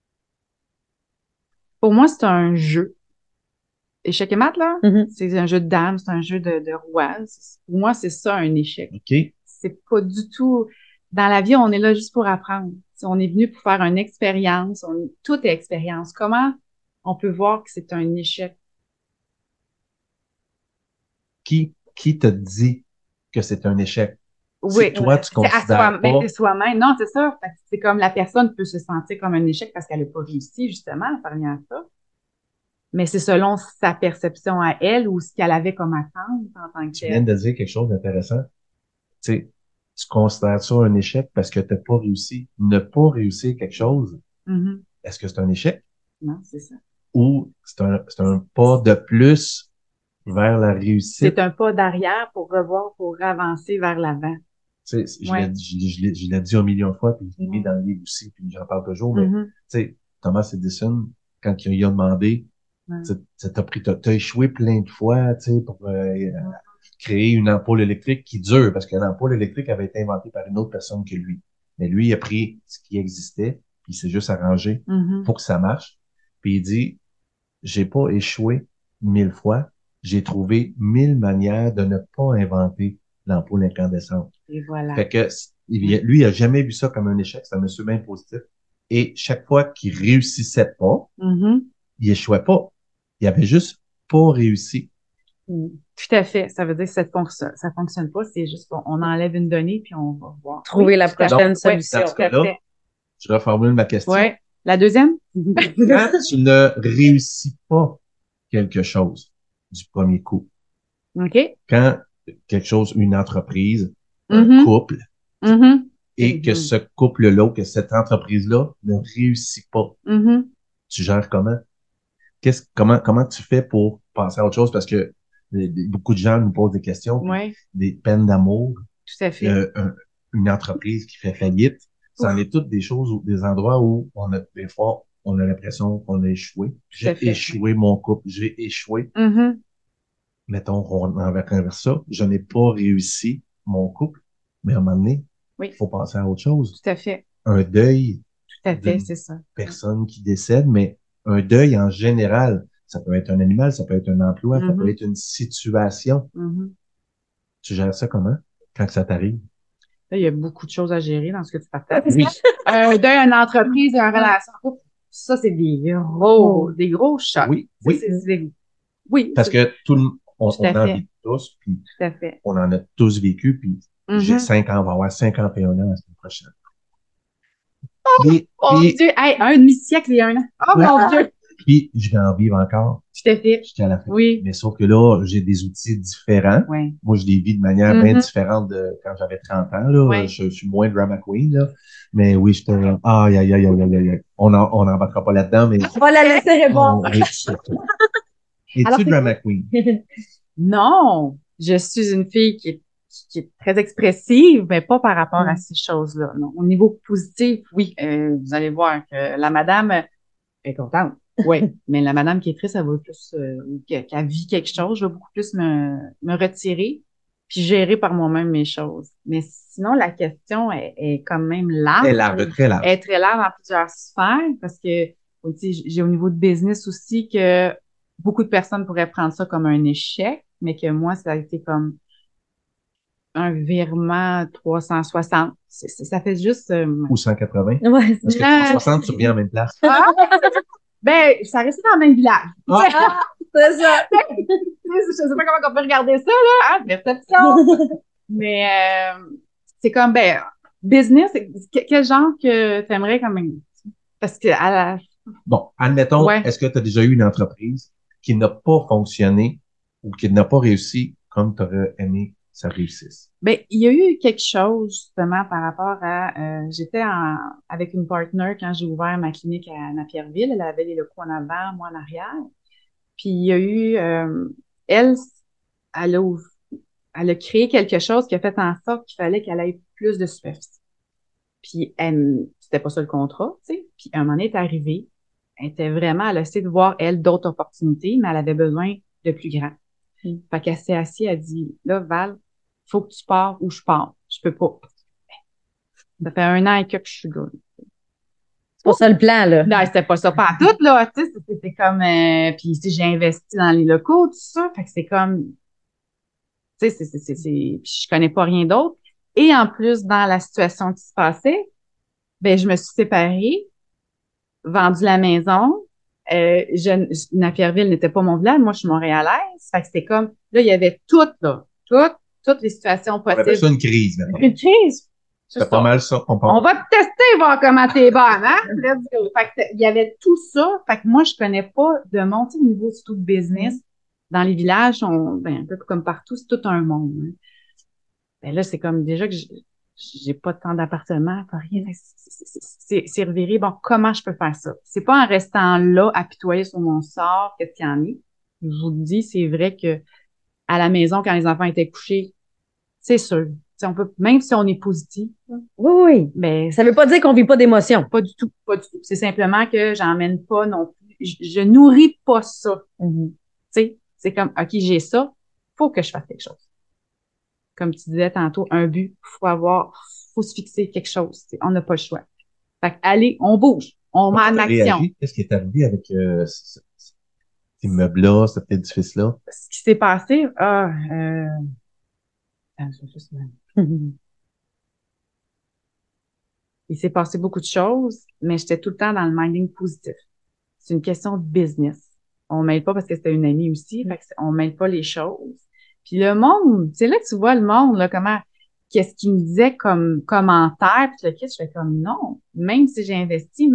Pour moi, c'est un jeu. Échec et maths, là, c'est un jeu de dames, c'est un jeu de rois. Pour moi, c'est ça, un échec. OK? C'est pas du tout. Dans la vie, on est là juste pour apprendre. On est venu pour faire une expérience. Tout est expérience. Comment on peut voir que c'est un échec? Qui te dit que c'est un échec? Si Oui, toi, tu c'est à considères soi, ben, pas, c'est soi-même. Non, c'est ça. Fait que c'est comme la personne peut se sentir comme un échec parce qu'elle n'a pas réussi, justement, ça revient à ça. Mais c'est selon sa perception à elle ou ce qu'elle avait comme attente en tant que tu viens telle. de dire quelque chose d'intéressant. Tu sais, tu considères ça un échec parce que tu n'as pas réussi. Ne pas réussir quelque chose, Mhm. est-ce que c'est un échec Non, c'est ça. ou c'est un pas de plus vers la réussite? C'est un pas d'arrière pour revoir, pour avancer vers l'avant. Tu sais, Ouais. je l'ai dit un million de fois, puis je l'ai mis Mhm. dans le livre aussi, puis j'en parle toujours, mais tu Mhm. sais, Thomas Edison, quand il a demandé, Ouais. t'as échoué plein de fois, tu sais, pour créer une ampoule électrique qui dure, parce que l'ampoule électrique avait été inventée par une autre personne que lui. Mais lui, il a pris ce qui existait, puis il s'est juste arrangé Mhm. pour que ça marche. Puis il dit, j'ai pas échoué 1000 fois, j'ai trouvé 1000 manières de ne pas inventer l'ampoule incandescente. Et voilà. Fait que Ouais. lui, il a jamais vu ça comme un échec, c'est un monsieur bien positif. Et chaque fois qu'il réussissait pas, Mhm. il échouait pas. Il avait juste pas réussi. Tout à fait. Ça veut dire que ça fonctionne pas. C'est juste qu'on enlève une donnée puis on va voir. Trouver la Tout à fait. Donc, prochaine Oui, solution. dans ce tout à cas-là, fait. je reformule ma question. Oui. La deuxième? Quand tu ne réussis pas quelque chose du premier coup, OK. quand quelque chose, une entreprise, un Mhm. couple, Mhm. et que Mhm. ce couple-là, que cette entreprise-là ne réussit pas, Mhm. tu gères comment? Comment tu fais pour passer à autre chose? Parce que beaucoup de gens nous posent des questions, puis Oui, des peines d'amour, tout à fait. une entreprise qui fait faillite, ça en Ouf, est toutes des choses, des endroits où des fois, on a l'impression qu'on a échoué. tout à J'ai fait. échoué mon couple, j'ai échoué. Mhm. Mettons, on envers ça, je n'ai pas réussi mon couple, mais à un moment donné, il Oui, faut passer à autre chose. tout à fait. Un deuil Tout à fait, d'une c'est ça. personne qui décède, mais un deuil en général. Ça peut être un animal, ça peut être un emploi, ça peut Mhm. être une situation. Mhm. Tu gères ça comment quand ça t'arrive? Là, il y a beaucoup de choses à gérer dans ce que tu partages. Oui, D'une entreprise, d'une relation. Ça, c'est des gros chocs. oui, Ça, oui. oui, Parce que tout on à en fait. vit tous, puis Tout à fait. on en a tous vécu, puis j'ai Mhm. 5 ans, on va avoir 51 ans la semaine prochaine. Oh mon Dieu! Hey, un demi-siècle et un an. Oh Ouais, mon Dieu! puis je vais en vivre encore Tout à fait. jusqu'à la fin. Oui. Mais sauf que là, j'ai des outils différents. Oui. Moi, je les vis de manière bien Mhm. différente de quand j'avais 30 ans. Là. Oui. Je suis moins drama queen. Là. Mais oui, j'étais... Aïe, aïe, aïe, aïe, aïe, aïe. On n'embarquera pas là-dedans, mais... On va la laisser répondre. Oui. Alors, Es-tu c'est quoi? drama queen? Non, je suis une fille qui est très expressive, mais pas par rapport à ces choses-là. Non. Au niveau positif, oui, vous allez voir que la madame est contente. Oui, mais la madame qui est triste, elle va plus, ou qu'elle vit quelque chose, je vais beaucoup plus me retirer, puis gérer par moi-même mes choses. Mais sinon, la question est quand même Elle est large. large, très Elle est large. très large dans plusieurs sphères, parce que aussi, j'ai au niveau de business aussi que beaucoup de personnes pourraient prendre ça comme un échec, mais que moi, ça a été comme un virement 360. Ça fait juste... Ou 180. Ouais. Parce que 360, tu reviens en même place. Ben, ça restait dans le même village. Ah! C'est ça. Je sais pas comment on peut regarder ça, là, hein, perception. Mais c'est comme, ben, business, quel genre que t'aimerais comme... Parce que Bon, admettons, Ouais. est-ce que tu as déjà eu une entreprise qui n'a pas fonctionné ou qui n'a pas réussi comme tu aurais aimé que ça réussisse? ben, il y a eu quelque chose, justement, par rapport à... j'étais avec une partner quand j'ai ouvert ma clinique à Napierville. Elle avait les locaux en avant, moi en arrière. Puis il y a eu... elle, elle a, ouv- elle a créé quelque chose qui a fait en sorte qu'il fallait qu'elle ait plus de superficie. Puis c'était pas ça le contrat, tu sais. Puis un moment donné, elle est arrivée. Elle a essayé de voir, elle, d'autres opportunités, mais elle avait besoin de plus grand. Fait qu'elle s'est assise, elle a dit, là, Val, faut que tu pars ou je pars. Je peux pas. Ça fait 1 an et que je suis là. C'est pas ça le plan, là. Non, c'était pas ça, pas à tout, là, tu sais, c'était comme, puis si j'ai investi dans les locaux, tout ça, fait que c'est comme, tu sais, puis je connais pas rien d'autre. Et en plus, dans la situation qui se passait, ben, je me suis séparée, vendu la maison. Napierville n'était pas mon village, moi, je suis montréalaise. Fait que c'était comme, là, il y avait toutes les situations On appelle ça possibles. une crise, maintenant. Une crise. C'est pas mal ça qu'on On pense. va te tester, voir comment t'es bonne, hein? Let's go. Fait que il y avait tout ça. Fait que moi, je connais pas de monter au niveau surtout de business. Dans les villages, ben, un peu comme partout, c'est tout un monde, hein. Ben là, c'est comme déjà que j'ai pas tant d'appartements, pas rien. C'est reviré. Bon, comment je peux faire ça? C'est pas en restant là, apitoyé sur mon sort, qu'est-ce qu'il y en est. Je vous le dis, c'est vrai que à la maison, quand les enfants étaient couchés, c'est sûr. On peut, même si on est positif, Oui, oui. mais Ça veut pas dire qu'on vit pas d'émotions. pas du tout, pas du tout. C'est simplement que j'emmène pas non plus. Je nourris pas ça. Tu sais, c'est comme, OK, j'ai ça, faut que je fasse quelque chose. Comme tu disais tantôt, un but, faut se fixer quelque chose. On n'a pas le choix. Fait que, allez, on bouge. On met en T'as action. réagi? Qu'est-ce qui est arrivé avec cet immeuble-là, cet édifice-là? Ce qui s'est passé, je vais juste il s'est passé beaucoup de choses, mais j'étais tout le temps dans le minding positif. C'est une question de business. On mêle pas parce que c'était une amie aussi, fait que on mêle pas les choses. Puis le monde, c'est là que tu vois le monde, là, qu'est-ce qu'il me disait comme commentaire, puis le kit, je fais comme non, même si j'ai investi,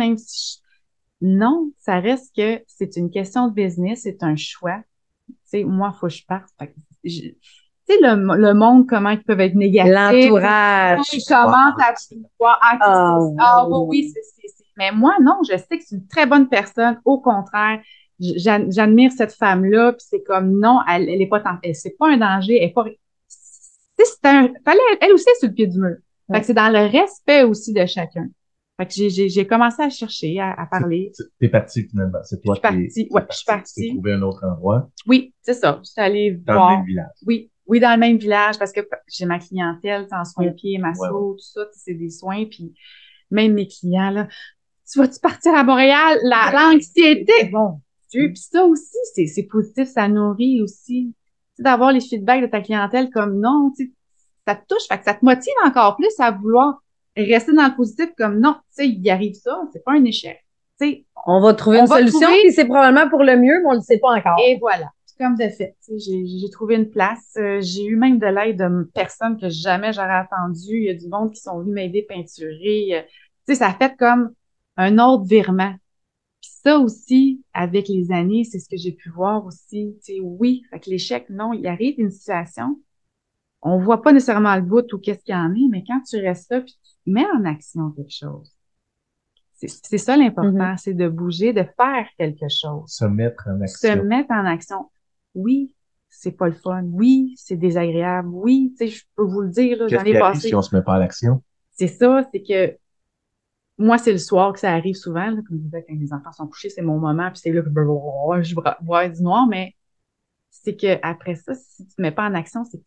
non, ça reste que c'est une question de business, c'est un choix. Tu sais, moi, faut que je parte. Fait que tu sais, le monde, comment ils peuvent être négatifs. L'entourage. Ils commencent à voir, oui, mais moi, non, je sais que c'est une très bonne personne. Au contraire, j'admire cette femme-là, puis c'est comme, non, elle est pas c'est pas un danger, elle est pas, tu sais, elle aussi est sur le pied du mur. Fait que c'est dans le respect aussi de chacun. Fait que j'ai commencé à chercher, à parler. T'es parti finalement. C'est toi Je suis partie. T'es trouvé un autre endroit. Oui, c'est ça. Je suis allée Dans voir. le même village. Oui, dans le même village, parce que j'ai ma clientèle, en soins de pieds, masso, Ouais. tout ça, c'est des soins, puis même mes clients, là, tu vas-tu partir à Montréal? L'anxiété! Bon, Dieu, puis ça aussi, c'est positif, ça nourrit aussi. Tu sais, d'avoir les feedbacks de ta clientèle comme non, tu sais, ça te touche, fait que ça te motive encore plus à vouloir rester dans le positif comme non, tu sais, il arrive ça, c'est pas un échec. Tu sais, On va trouver une solution, puis c'est probablement pour le mieux, mais on le sait pas encore. et voilà. Comme de fait, j'ai trouvé une place. J'ai eu même de l'aide de personnes que jamais j'aurais attendues. Il y a du monde qui sont venus m'aider à peinturer. Ça a fait comme un autre virement. Puis ça aussi, avec les années, c'est ce que j'ai pu voir aussi. Oui, fait que l'échec, non, il arrive une situation, on voit pas nécessairement le bout ou qu'est-ce qu'il y en est, mais quand tu restes là puis tu mets en action quelque chose, c'est ça l'important, c'est de bouger, de faire quelque chose. Se mettre en action. Se mettre en action. Oui, c'est pas le fun. Oui, c'est désagréable. Oui, tu sais, je peux vous le dire, là, Qu'est-ce qui arrive si on se met pas à l'action? C'est ça, c'est que moi, c'est le soir que ça arrive souvent, là, comme je disais, quand les enfants sont couchés, c'est mon moment, puis c'est là que je vois du noir, mais c'est que après ça, si tu te mets pas en action, c'est que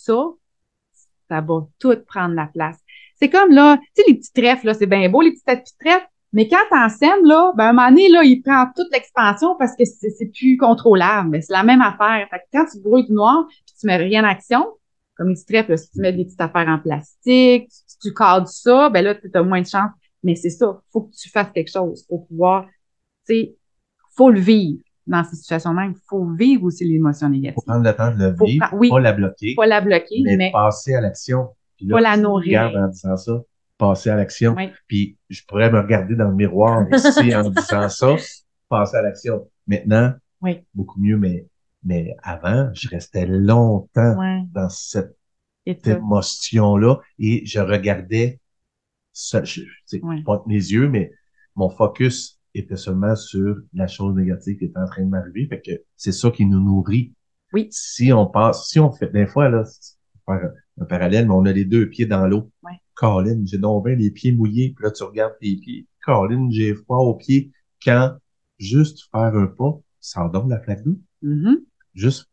ça va tout prendre la place. C'est comme, là, tu sais, les petits trèfles, là, c'est bien beau, les petits tapis de trèfles, mais quand t'enseignes, là, ben, à un moment donné, là, il prend toute l'expansion parce que c'est plus contrôlable. Mais c'est la même affaire. Fait que quand tu brouilles du noir puis tu mets rien en action, comme il stress, là, si tu mets des petites affaires en plastique, si tu cadres ça, ben là, tu as moins de chance. Mais c'est ça, faut que tu fasses quelque chose pour pouvoir, tu sais, faut le vivre dans ces situations-là. Il faut vivre aussi l'émotion Faut négative. prendre le temps de le Faut vivre, oui, pas la bloquer, pas la bloquer, mais mais passer à l'action. Puis là, pas la je me nourrir. regarde en disant ça, passer à l'action. Oui. Puis je pourrais me regarder dans le miroir aussi en disant ça, passer à l'action. Maintenant, Oui. beaucoup mieux, mais avant, je restais longtemps Ouais. dans cette Et ça. émotion-là et je regardais ça, je Ouais. pas mes yeux, mais mon focus était seulement sur la chose négative qui était en train de m'arriver. Fait que c'est ça qui nous nourrit. Oui. Si on fait, des fois, là, pour faire un parallèle, mais on a les deux pieds dans l'eau. Ouais. Colin, j'ai donc bien les pieds mouillés, puis là, tu regardes tes pieds. Colin, j'ai froid aux pieds. Quand juste faire un pas, ça donne la flaque d'eau. Mm-hmm. Juste,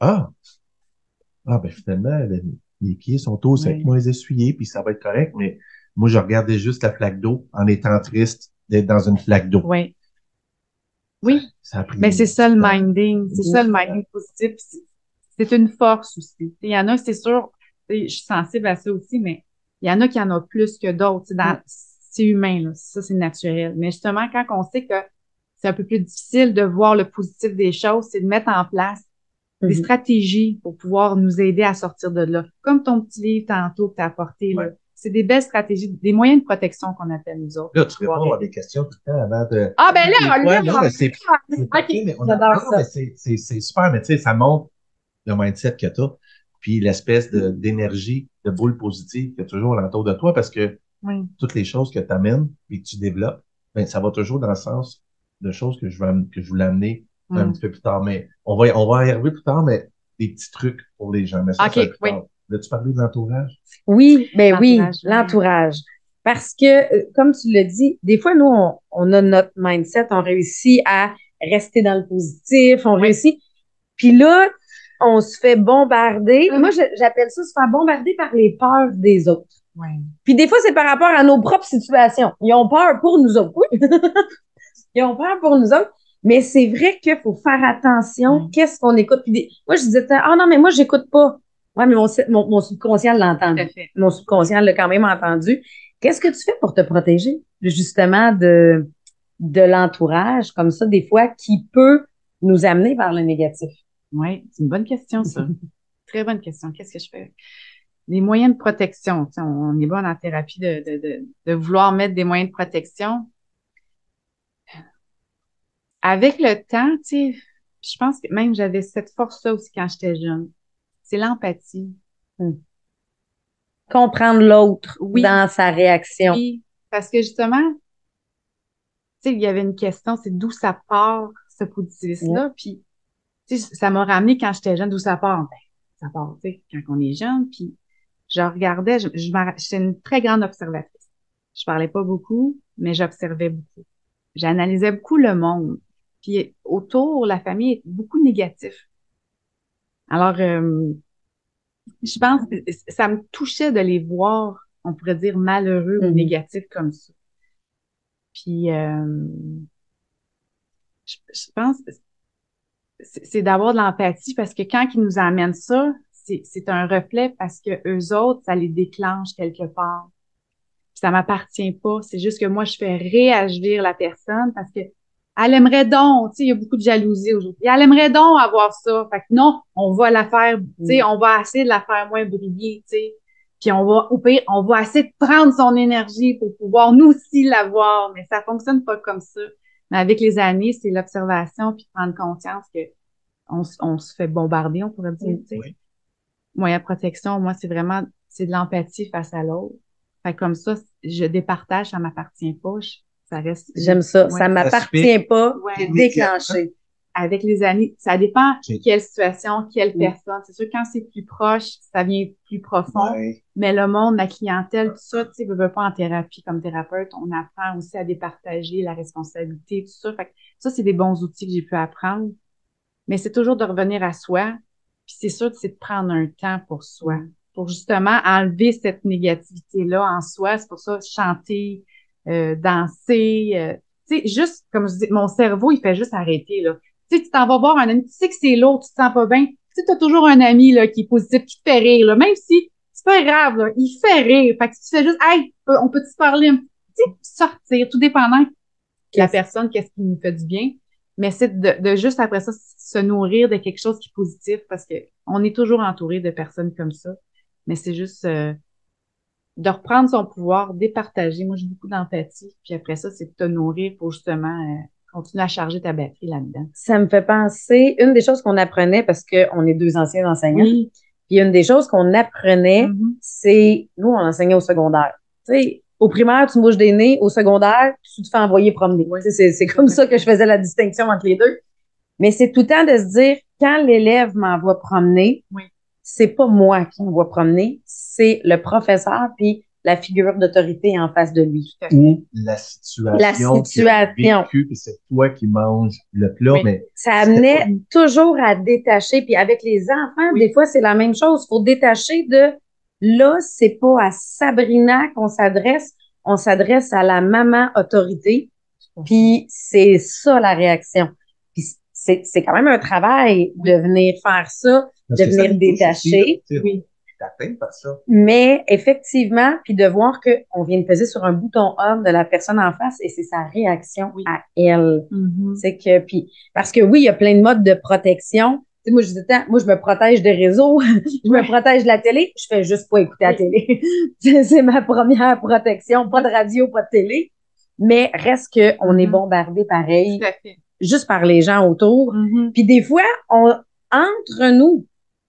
ben finalement, les pieds sont au sec, Oui. moins essuyés, puis ça va être correct, mais moi, je regardais juste la flaque d'eau en étant triste d'être dans une flaque d'eau. Oui. Oui. Ça a pris Mais c'est ça le du temps. minding. C'est ça le minding positif. C'est une force aussi. Il y en a, c'est sûr, je suis sensible à ça aussi, mais il y en a qui en ont plus que d'autres. C'est humain, là. Ça, c'est naturel. Mais justement, quand on sait que c'est un peu plus difficile de voir le positif des choses, c'est de mettre en place des stratégies pour pouvoir nous aider à sortir de là. Comme ton petit livre tantôt que tu as apporté, là. C'est des belles stratégies, des moyens de protection qu'on appelle nous autres. Là, tu réponds à des questions tout le temps avant de... Ah, ben là, non, mais c'est parfait, mais j'adore ça. mais c'est super, mais tu sais, ça montre le mindset que tu as, puis l'espèce d'énergie, de boule positive qu'il y a toujours alentour de toi, parce que Oui. toutes les choses que tu amènes et que tu développes, ben, ça va toujours dans le sens de choses que je voulais amener un petit peu plus tard. Mais on va y arriver plus tard, mais des petits trucs pour les gens. Mais ça, c'est plus tard. Veux-tu parler de l'entourage? Oui, ben oui, l'entourage. Parce que, comme tu l'as dit, des fois, nous, on a notre mindset, on réussit à rester dans le positif, on réussit. Puis là, on se fait bombarder. Moi, j'appelle ça se faire bombarder par les peurs des autres. Ouais. Puis des fois, c'est par rapport à nos propres situations. Ils ont peur pour nous autres. Oui. Ils ont peur pour nous autres. Mais c'est vrai qu'il faut faire attention. Qu'est-ce qu'on écoute? Puis moi, je disais, non, mais moi, j'écoute pas. Ouais, mais mon subconscient l'a entendu. Mon subconscient l'a quand même entendu. Qu'est-ce que tu fais pour te protéger, justement, de l'entourage, comme ça, des fois, qui peut nous amener vers le négatif? Oui, c'est une bonne question, ça. Très bonne question. Qu'est-ce que je fais? Les moyens de protection. On est bon en thérapie de vouloir mettre des moyens de protection. Avec le temps, tu sais, je pense que même j'avais cette force-là aussi quand j'étais jeune. C'est l'empathie. Comprendre l'autre dans sa réaction. Oui, parce que justement, tu sais, il y avait une question, c'est d'où ça part, ce positivisme-là. Puis, tu sais, ça m'a ramené quand j'étais jeune, d'où ça part? Ben, ça part, tu sais, quand on est jeune. Puis, je regardais, j'étais une très grande observatrice. Je parlais pas beaucoup, mais j'observais beaucoup. J'analysais beaucoup le monde. Puis, autour, la famille est beaucoup négatif. Alors, je pense que ça me touchait de les voir, on pourrait dire, malheureux ou négatifs comme ça. Puis, je pense que c'est d'avoir de l'empathie parce que quand ils nous amènent ça, c'est un reflet parce que eux autres, ça les déclenche quelque part. Puis ça m'appartient pas. C'est juste que moi, je fais réagir la personne parce que elle aimerait donc, tu sais, il y a beaucoup de jalousie aujourd'hui. Elle aimerait donc avoir ça. Fait que non, on va la faire, tu sais, on va essayer de la faire moins briller, tu sais. Puis au pire, on va essayer de prendre son énergie pour pouvoir nous aussi l'avoir. Mais ça fonctionne pas comme ça. Mais avec les années, c'est l'observation puis prendre conscience que on se fait bombarder, on pourrait dire, tu sais. Oui. Moyen de protection, moi, c'est de l'empathie face à l'autre. Fait comme ça, je départage, ça m'appartient pas. Ça reste. J'aime ça. Ça m'appartient pas. Déclenché. Avec les années, ça dépend quelle situation, quelle personne. C'est sûr, quand c'est plus proche, ça vient plus profond. Mais le monde, la clientèle, tout ça, tu sais, veut pas en thérapie comme thérapeute, on apprend aussi à départager la responsabilité, tout ça. Fait que ça, c'est des bons outils que j'ai pu apprendre. Mais c'est toujours de revenir à soi. Puis c'est sûr que c'est de prendre un temps pour soi, pour justement enlever cette négativité-là en soi. C'est pour ça, chanter, danser, tu sais, juste, comme je dis, mon cerveau, il fait juste arrêter, là. Tu sais, tu t'en vas voir un ami, tu sais que c'est lourd, tu te sens pas bien. Tu sais, t'as toujours un ami, là, qui est positif, qui te fait rire, là. Même si c'est pas grave, là. Il fait rire. Fait que si tu fais juste, hey, on peut-tu parler un petit, tu sais, sortir, tout dépendant de la personne, qu'est-ce qui nous fait du bien. Mais c'est de juste après ça, se nourrir de quelque chose qui est positif parce que on est toujours entouré de personnes comme ça. Mais c'est juste, de reprendre son pouvoir, départager. Moi, j'ai beaucoup d'empathie. Puis après ça, c'est de te nourrir pour justement continuer à charger ta batterie là-dedans. Ça me fait penser, une des choses qu'on apprenait, parce qu'on est deux anciens enseignants, Oui. puis une des choses qu'on apprenait, c'est, nous, on enseignait au secondaire. Tu sais, au primaire, tu mouches des nez, au secondaire, tu te fais envoyer promener. Oui. Tu sais, c'est comme ça que je faisais la distinction entre les deux. Mais c'est tout le temps de se dire, quand l'élève m'envoie promener, Oui. c'est pas moi qui m'envoie promener, c'est le professeur puis la figure d'autorité en face de lui. Ou la situation. La situation. Vécue, puis c'est toi qui manges le plat, Oui. mais Ça amenait toujours à détacher. Puis avec les enfants, des fois, c'est la même chose. Il faut détacher de là, c'est pas à Sabrina qu'on s'adresse, on s'adresse à la maman autorité. Puis c'est ça la réaction. Puis c'est quand même un travail de venir faire ça, de venir détacher. Oui. Atteint par ça. Mais effectivement, puis de voir qu'on vient de peser sur un bouton on de la personne en face et c'est sa réaction à elle. C'est que, puis, parce que oui, il y a plein de modes de protection. Tu sais, moi, je dis, moi, je me protège des réseaux, je me protège de la télé, je fais juste pas écouter la télé. C'est ma première protection, pas de radio, pas de télé. Mais reste qu'on est bombardé pareil, juste par les gens autour. Puis des fois, entre nous,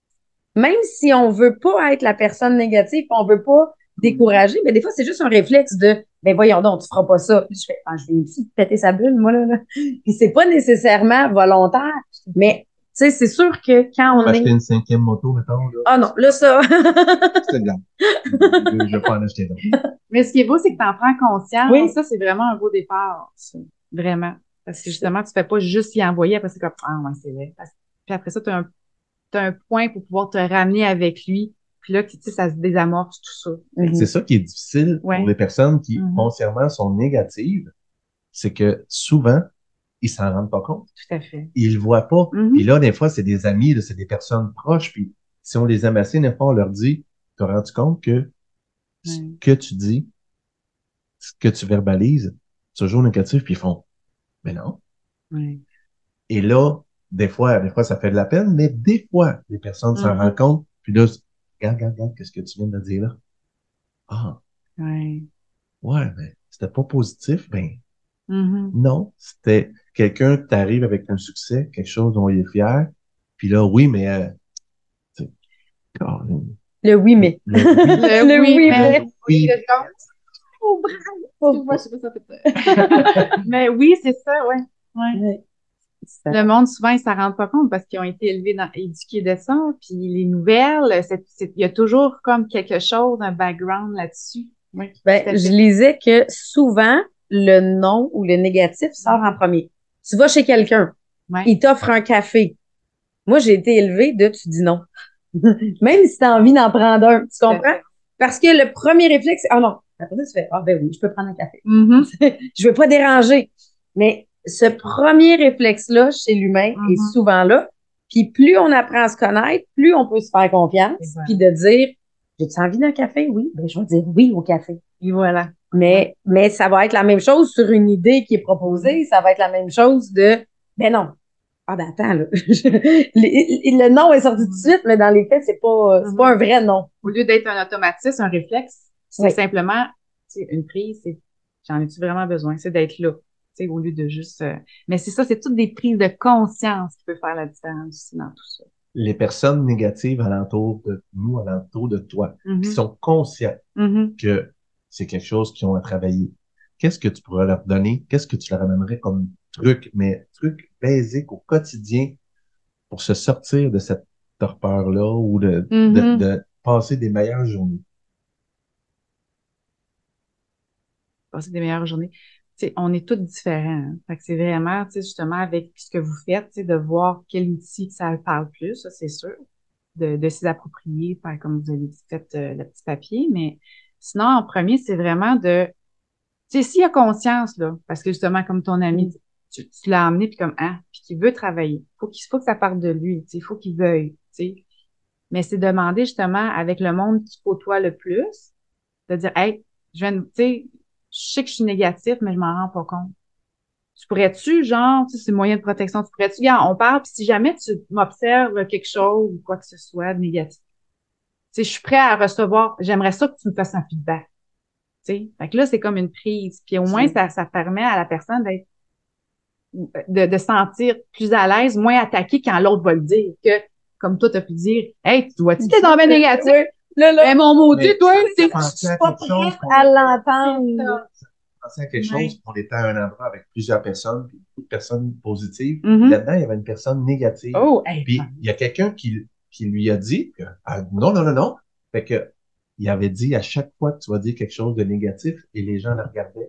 même si on veut pas être la personne négative, on veut pas décourager, mais des fois, c'est juste un réflexe de, ben voyons donc, tu feras pas ça. Puis je fais, je vais aussi péter sa bulle, moi, là. Puis c'est pas nécessairement volontaire, mais, tu sais, c'est sûr que quand on acheter une 5e moto, mettons, là. Ah non, là, ça. C'est bien. Je vais pas en acheter d'autres. Mais ce qui est beau, c'est que tu en prends conscience. Oui. Ça, c'est vraiment un beau départ. Ça. Vraiment. Parce que justement, tu fais pas juste y envoyer, après c'est comme, ouais, c'est vrai. Puis après ça, t'as un point pour pouvoir te ramener avec lui. Puis là, tu sais, ça se désamorce tout ça. C'est ça qui est difficile pour les personnes qui, foncièrement, sont négatives. C'est que souvent, ils s'en rendent pas compte. Tout à fait. Ils le voient pas. Puis là, des fois, c'est des amis, là, c'est des personnes proches. Puis si on les aime assez, des fois, on leur dit, tu as rendu compte que ce que tu dis, ce que tu verbalises, c'est toujours négatif. Puis ils font, mais non. Et là, des fois, ça fait de la peine, mais des fois, les personnes s'en rendent compte. Puis là, regarde, qu'est-ce que tu viens de dire là? Ah. Ouais, mais c'était pas positif. Ben, non. C'était quelqu'un qui t'arrive avec un succès, quelque chose dont il est fier. Puis là, oui, mais, le oui, mais. Le oui, mais. Oui. Oh, bravo! Moi, je sais pas ça fait mais oui, c'est ça, ouais. Le monde, souvent, ils s'en rendent pas compte parce qu'ils ont été éduqués de ça. Puis les nouvelles, il y a toujours comme quelque chose, un background là-dessus. Oui, je lisais que souvent, le non ou le négatif sort en premier. Tu vas chez quelqu'un, il t'offre un café. Moi, j'ai été élevée tu dis non. Même si tu as envie d'en prendre un, tu comprends? Parce que le premier réflexe, c'est, non. Après ça, tu fais, ben oui, je peux prendre un café. Je veux pas déranger. Mais ce premier réflexe-là, chez l'humain, est souvent là. Puis plus on apprend à se connaître, plus on peut se faire confiance. Puis de dire, j'ai-tu envie d'un café? Oui. Ben, je vais dire oui au café. Et voilà. Mais ça va être la même chose sur une idée qui est proposée. Ça va être la même chose ben non. Ah ben attends, là. Le non est sorti tout de suite, mais dans les faits, c'est pas un vrai non. Au lieu d'être un automatisme, un réflexe, c'est simplement une prise, j'en ai-tu vraiment besoin? C'est d'être là. Au lieu de juste. Mais c'est ça, c'est toutes des prises de conscience qui peuvent faire la différence aussi dans tout ça. Les personnes négatives alentour de nous, alentour de toi, qui sont conscients que c'est quelque chose qu'ils ont à travailler. Qu'est-ce que tu pourrais leur donner? Qu'est-ce que tu leur amènerais comme truc basique au quotidien pour se sortir de cette torpeur-là ou de passer des meilleures journées? Passer des meilleures journées. On est tous différents. Hein. Fait que c'est vraiment, justement, avec ce que vous faites, de voir quel outil ça parle plus, ça, c'est sûr. De s'y approprier, faire comme vous avez dit, faites le petit papier. Mais sinon, en premier, c'est vraiment s'il y a conscience, là, parce que justement, comme ton ami, tu l'as emmené, puis comme, puis qu'il veut travailler. Faut que ça parte de lui, il faut qu'il veuille, Mais c'est demander justement avec le monde qui côtoie le plus, de dire, hey, tu sais, je sais que je suis négatif, mais je m'en rends pas compte. Tu pourrais-tu, genre, tu sais, c'est moyen de protection, tu pourrais-tu, regarde, on parle, puis si jamais tu m'observes quelque chose ou quoi que ce soit de négatif, tu sais, je suis prêt à recevoir, j'aimerais ça que tu me fasses un feedback. Tu sais, fait que là, c'est comme une prise. Puis au moins, ça permet à la personne de se sentir plus à l'aise, moins attaquée quand l'autre va le dire que, comme toi, t'as pu dire, hey, tu vois-tu t'es tombé négatif? Oui. Là, Mais mon maudit, Mais toi, je suis pas prête à l'entendre. Pensais à quelque Ouais. chose, on était à un endroit avec plusieurs personnes, puis beaucoup de personnes positives. Mhm. Là-dedans, il y avait une personne négative. Oh, hey, Puis il y a quelqu'un qui lui a dit que, non, non, non, non. Fait que il avait dit à chaque fois que tu vas dire quelque chose de négatif, et les gens le regardaient.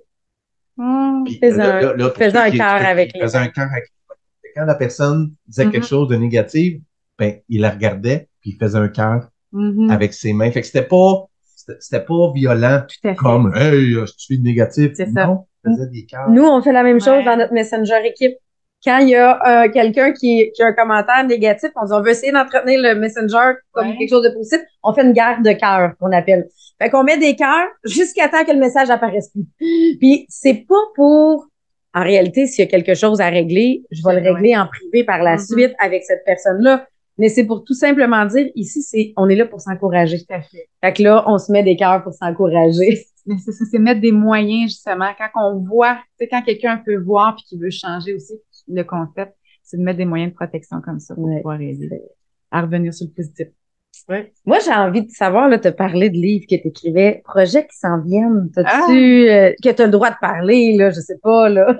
Puis Il faisait un cœur avec il faisait un cœur avec les gens. Quand la personne disait quelque chose de négatif, ben, il la regardait, puis il faisait un cœur avec ses mains. Fait que c'était pas violent Tout à fait. comme hey, tu es négatif. C'est ça. Non, il faisait des cœurs. Nous, on fait la même chose Ouais. dans notre Messenger équipe. Quand il y a quelqu'un qui a un commentaire négatif, on dit on veut essayer d'entretenir le Messenger comme quelque chose de positif. On fait une guerre de cœurs qu'on appelle. Fait qu'on met des cœurs jusqu'à temps que le message apparaisse plus. Puis c'est pas pour, en réalité, s'il y a quelque chose à régler, je vais le régler en privé par la suite avec cette personne-là. Mais c'est pour tout simplement dire, ici, on est là pour s'encourager. Tout à fait. Fait que là, on se met des cœurs pour s'encourager. Mais c'est ça, c'est mettre des moyens, justement. Quand on voit, tu sais, quand quelqu'un peut voir puis qu'il veut changer aussi le concept, c'est de mettre des moyens de protection comme ça pour pouvoir aider à revenir sur le positif. Ouais. Moi, j'ai envie de savoir, là, te parler de livres que tu écrivais, projets qui s'en viennent. T'as-tu, que tu as le droit de parler, là, je sais pas, là.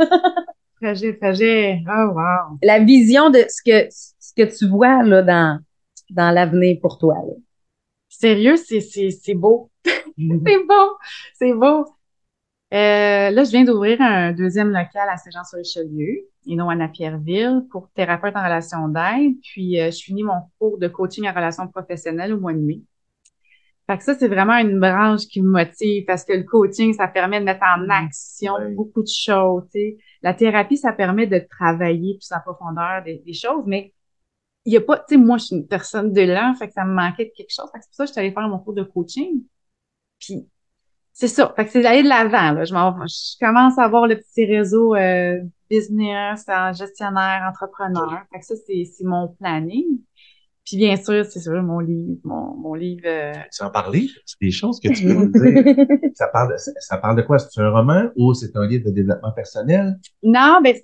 Projet. Oh, wow. La vision de ce que tu vois, là, dans l'avenir pour toi, là. Sérieux, c'est beau. C'est beau. C'est beau. Là, je viens d'ouvrir un deuxième local à Saint-Jean-sur-Richelieu, et non à Napierville, pour thérapeute en relation d'aide. Puis, je finis mon cours de coaching en relation professionnelle au mois de mai. Fait que ça, c'est vraiment une branche qui me motive parce que le coaching, ça permet de mettre en action beaucoup de choses, tu sais. La thérapie, ça permet de travailler plus en profondeur des choses, mais il y a pas, tu sais, moi, je suis une personne de l'an, fait que ça me manquait de quelque chose. Fait que c'est pour ça que je suis allée faire mon cours de coaching. Puis, c'est ça. Fait que c'est d'aller de l'avant, là. Je commence à avoir le petit réseau business, gestionnaire, entrepreneur. Fait que ça, c'est mon planning. Puis bien sûr, c'est sûr, mon livre. Sans parler, c'est des choses que tu peux nous dire. Ça parle de quoi? C'est un roman ou c'est un livre de développement personnel? Non, ben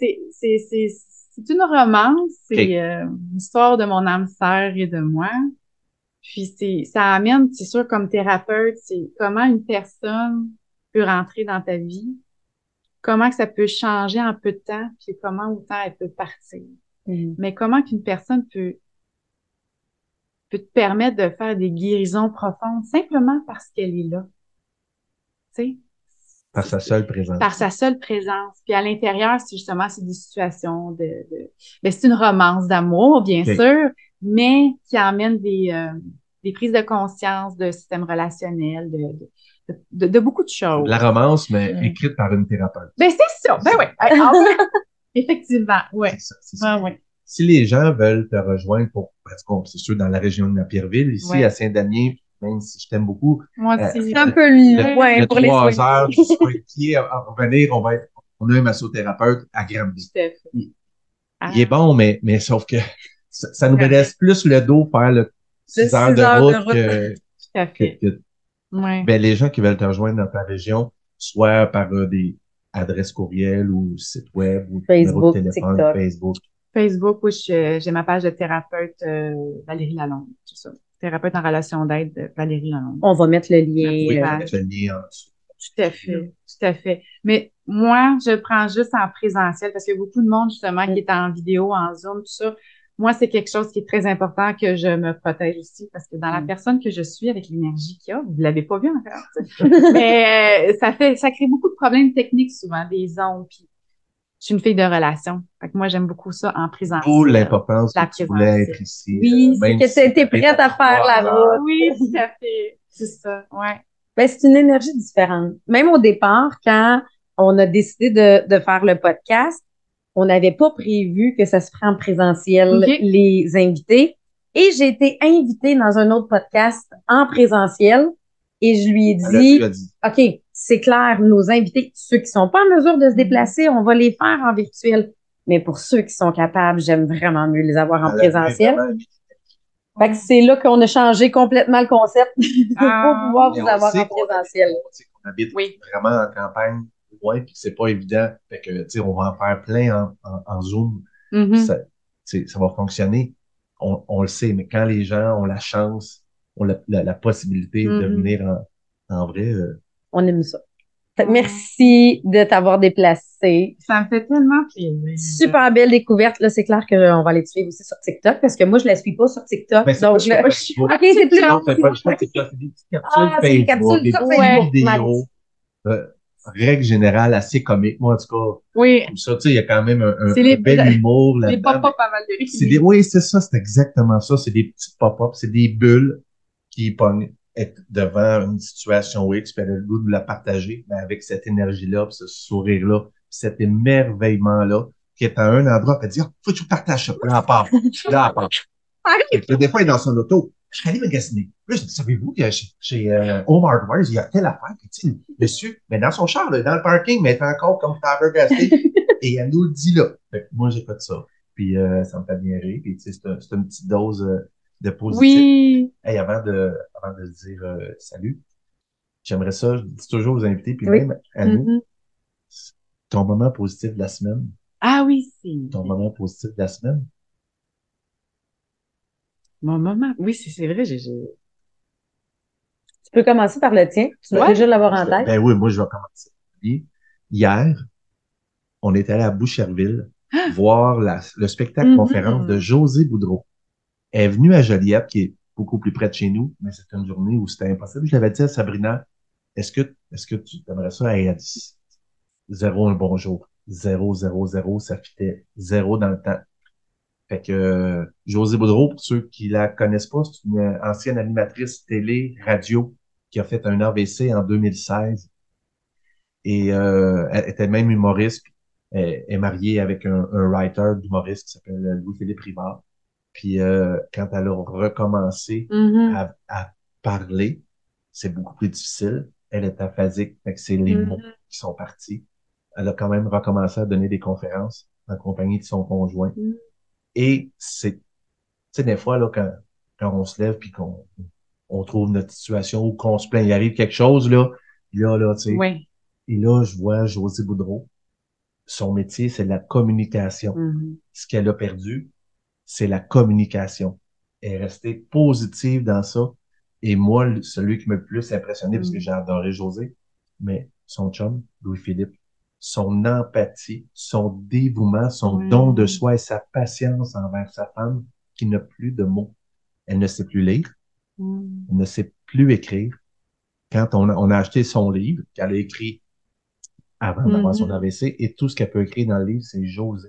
c'est une romance. C'est une histoire de mon âme sœur et de moi. Puis ça amène, c'est sûr, comme thérapeute, c'est comment une personne peut rentrer dans ta vie, comment que ça peut changer en peu de temps, puis comment autant elle peut partir. Mais comment qu'une personne peut te permettre de faire des guérisons profondes simplement parce qu'elle est là. Tu sais? Par sa seule présence. Par sa seule présence. Puis à l'intérieur, c'est des situations ben, c'est une romance d'amour, bien sûr, mais qui amène des prises de conscience de système relationnel, de beaucoup de choses. La romance, mais écrite par une thérapeute. Ben, c'est ça. Ben oui. Effectivement, oui. C'est ça. Ouais. Si les gens veulent te rejoindre c'est sûr, dans la région de Napierville, ici, à Saint-Damien, même si je t'aime beaucoup. Moi aussi. C'est un peu loin pour les 3 heures, je suis inquiet à revenir, on a un massothérapeute à Granby. Il est bon, mais sauf que ça nous laisse plus le dos faire le 6 heures de route que, tout à fait. Ben, les gens qui veulent te rejoindre dans ta région, soit par des adresses courriel ou site web ou Facebook, numéro de téléphone, TikTok. Facebook, où j'ai ma page de thérapeute Valérie Lalonde, c'est ça. Thérapeute en relation d'aide Valérie Lalonde. On va mettre le lien. Oui, on va mettre le lien en dessous. Tout à fait, tout à fait. Mais moi, je le prends juste en présentiel parce qu'il y a beaucoup de monde, justement, qui est en vidéo, en Zoom, tout ça. Moi, c'est quelque chose qui est très important que je me protège aussi parce que dans la personne que je suis, avec l'énergie qu'il y a, vous l'avez pas vu encore, mais ça crée beaucoup de problèmes techniques souvent, des ondes, puis je suis une fille de relation. Fait que moi, j'aime beaucoup ça en présentiel. D'où l'importance que tu voulais être ici. Oui, c'est que tu étais prête à faire la route. Oui, tout à fait. C'est ça, ouais. Ben, c'est une énergie différente. Même au départ, quand on a décidé de faire le podcast, on n'avait pas prévu que ça se ferait en présentiel, les invités. Et j'ai été invitée dans un autre podcast en présentiel et je lui ai Là, dit, tu as dit. OK, c'est clair, nos invités, ceux qui sont pas en mesure de se déplacer, on va les faire en virtuel. Mais pour ceux qui sont capables, j'aime vraiment mieux les avoir en Elle avait présentiel. vraiment. Fait que c'est là qu'on a changé complètement le concept pour pouvoir Mais vous on avoir sait en présentiel. on sait qu'on habite Oui. vraiment en campagne, loin, puis que c'est pas évident. Fait que, tu sais, on va en faire plein en Zoom. Puis Mhm. ça va fonctionner. On le sait, mais quand les gens ont la chance, ont la possibilité de Mhm. venir en vrai, On aime ça. Fait que merci de t'avoir déplacé. Ça me fait tellement plaisir. Super belle découverte. Là, c'est clair qu'on va aller te suivre aussi sur TikTok parce que moi, je la suis pas sur TikTok. ben, c'est Donc, pas sur là, Facebook. OK, c'est plus Non, c'est pas long. sur TikTok, c'est des petites capsules Ah, c'est des Facebook, capsules des sur petites Facebook. vidéos, euh, règle générale, assez comiques. Moi, en tout cas, Oui, comme ça, tu sais, il y a quand même c'est les, un bel humour les là-dedans. pop-up à Valérie. Oui, c'est ça, c'est exactement ça. C'est des petits pop-ups, c'est des bulles qui pognent être devant une situation X, puis elle a le goût de la partager, mais avec cette énergie-là, puis ce sourire-là, puis cet émerveillement-là, qui est à un endroit, puis elle dit, oh, faut que tu partages ça. Là, elle part. Là, elle part. Et puis, des fois, elle est dans son auto. Je suis allé magasiner. Là, je dis, savez-vous que chez Home Hardware, il y a telle affaire. Puis, tu sais, monsieur, mais dans son char, là, dans le parking, mais elle est encore comme Faber Gasté. Et elle nous le dit là. Fait que moi, j'écoute ça. Puis, ça me fait bien rire. Puis, tu sais, c'est une petite dose de positif. Oui. Hey, avant de se dire salut, j'aimerais ça, je dis toujours aux invités, puis Oui. même à nous, Mhm. ton moment positif de la semaine. Ah oui, c'est Ton moment positif de la semaine. mon moment. Oui, c'est vrai, Tu peux commencer par le tien. Tu dois Ouais. déjà l'avoir en tête. Ben oui, moi, je vais commencer. Puis, hier, on est allé à Boucherville voir le spectacle conférence de Mhm. José Boudreau. Elle est venue à Joliette, qui est beaucoup plus près de chez nous, mais c'était une journée où c'était impossible. Je l'avais dit à Sabrina, est-ce que tu aimerais ça? Elle a dit zéro un bonjour. Zéro, zéro, zéro, ça fitait zéro dans le temps. Fait que José Boudreau, pour ceux qui la connaissent pas, c'est une ancienne animatrice télé, radio, qui a fait un AVC en 2016. Et elle était même humoriste. Elle est mariée avec un writer d'humoriste qui s'appelle Louis-Philippe Rivard. Puis quand elle a recommencé Mhm. à parler, c'est beaucoup plus difficile. Elle est aphasique, fait que c'est les mots Mhm. qui sont partis. Elle a quand même recommencé à donner des conférences en compagnie de son conjoint. Et tu sais, des fois, là, quand on se lève puis on trouve notre situation ou qu'on se plaint, il arrive quelque chose, là, tu sais. Oui. Et là, je vois José Boudreau. Son métier, c'est la communication. Mhm. Ce qu'elle a perdu, c'est la communication. Elle est restée positive dans ça. Et moi, celui qui m'a le plus impressionné, parce que Mhm. j'ai adoré José, mais son chum, Louis-Philippe, son empathie, son dévouement, son don de Oui. soi et sa patience envers sa femme, qui n'a plus de mots. Elle ne sait plus lire, Mhm. elle ne sait plus écrire. Quand on a acheté son livre, qu'elle a écrit avant d'avoir son Mhm. AVC, et tout ce qu'elle peut écrire dans le livre, c'est José.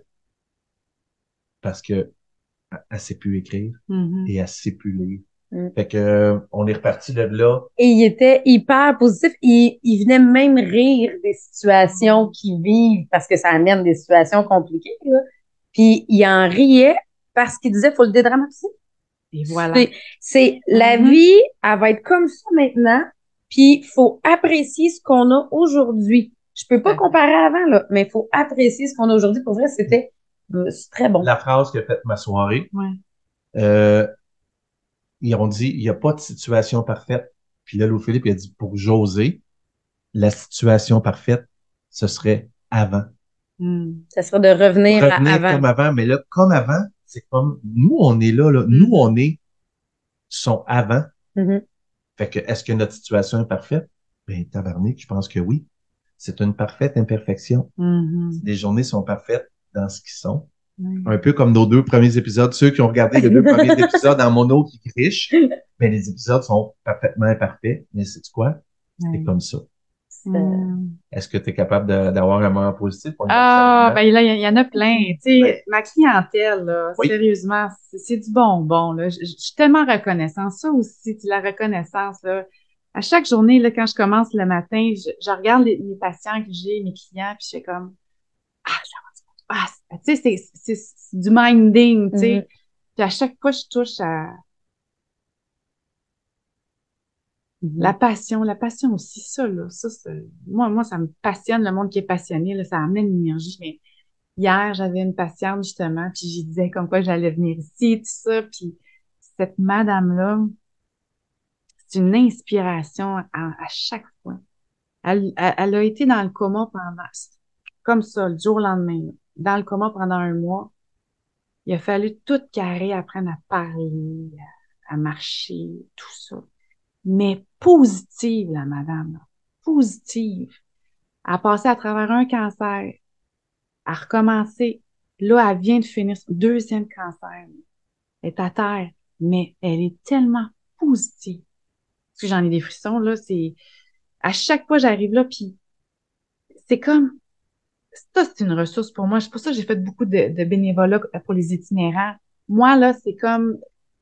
Parce que elle sait plus écrire Mhm. et elle sait plus lire. Mm. Fait que, on est reparti de là. Et il était hyper positif. Il venait même rire des situations qu'ils vivent parce que ça amène des situations compliquées, là. Puis il en riait parce qu'il disait faut le dédramatiser. Et voilà. C'est la Mhm. vie, elle va être comme ça maintenant. Puis il faut apprécier ce qu'on a aujourd'hui. Je peux pas comparer avant, là, mais il faut apprécier ce qu'on a aujourd'hui. Pour vrai, c'est très bon. La phrase qui a fait ma soirée, Ouais. euh, ils ont dit, il n'y a pas de situation parfaite. Puis là, Louis-Philippe, il a dit, pour José, la situation parfaite, ce serait avant. Mhm. Ça sera de revenir à Revenir avant. comme avant, mais là, comme avant, c'est comme, nous, on est là. Nous, Mhm. on est son avant. Mhm. Fait que, est-ce que notre situation est parfaite? Ben, tabarnak, je pense que oui. C'est une parfaite imperfection. Mhm. Les journées sont parfaites dans ce qu'ils sont. Oui. Un peu comme nos deux premiers épisodes, ceux qui ont regardé les deux premiers épisodes en mono qui trichent, mais les épisodes sont parfaitement imparfaits. Mais c'est quoi? C'est Oui. comme ça. Mhm. Est-ce que tu es capable d'avoir un moment positif pour une Ah, Sabrina? ben là, il y en a plein. Tu Ben, sais, ma clientèle, là, oui. sérieusement, c'est du bonbon, là. Je suis tellement reconnaissante. Ça aussi, c'est la reconnaissance, là. À chaque journée, là, quand je commence le matin, je regarde les patients que j'ai, mes clients, puis je fais comme, ah, tu sais, c'est du minding, tu sais. Mhm. Puis Puis à chaque fois, je touche à Mhm. la passion aussi, ça, là. Moi, ça me passionne, le monde qui est passionné, là, ça amène une énergie. Mais hier, j'avais une patiente, justement, puis j'y disais comme quoi j'allais venir ici, tout ça. Puis cette madame-là, c'est une inspiration à chaque fois. Elle a été dans le coma pendant, comme ça, le jour au lendemain, là. Dans le coma pendant un mois. Il a fallu tout carrer, apprendre à parler, à marcher, tout ça. Mais positive, la madame, là. Positive. Elle a passé à travers un cancer, a recommencé. Là, elle vient de finir son deuxième cancer. Elle est à terre, mais elle est tellement positive. Parce que j'en ai des frissons, là, c'est, à chaque fois, j'arrive là, puis c'est comme, ça, c'est une ressource pour moi. C'est pour ça que j'ai fait beaucoup de bénévolat pour les itinérants. Moi, là, c'est comme,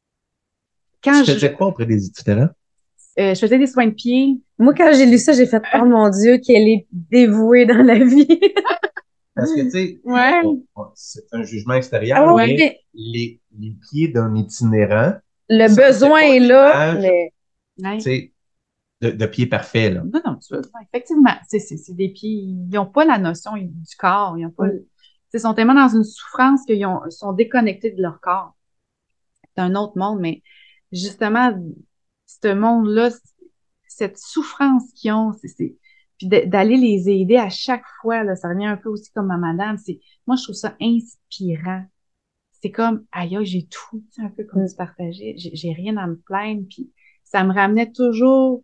Tu quand faisais quoi auprès des itinérants? je faisais des soins de pied. Moi, quand j'ai lu ça, j'ai fait, oh mon Dieu, qu'elle est dévouée dans la vie. Parce que, tu sais, Ouais, c'est un jugement extérieur, Ah ouais, mais ouais, les pieds d'un itinérant, le ça, c'est besoin pas est là, l'image, tu mais ouais. sais, de pieds parfaits, là. Non, non, effectivement, c'est des pieds, ils n'ont pas la notion du corps, ils ont pas, ils sont tellement dans une souffrance ils sont déconnectés de leur corps. C'est un autre monde, mais justement, ce monde-là, cette souffrance qu'ils ont, puis d'aller les aider à chaque fois, là, ça revient un peu aussi comme à madame, moi, je trouve ça inspirant. C'est comme, aïe, aïe, j'ai tout, tu sais, un peu comme tu partageais, j'ai rien à me plaindre, puis ça me ramenait toujours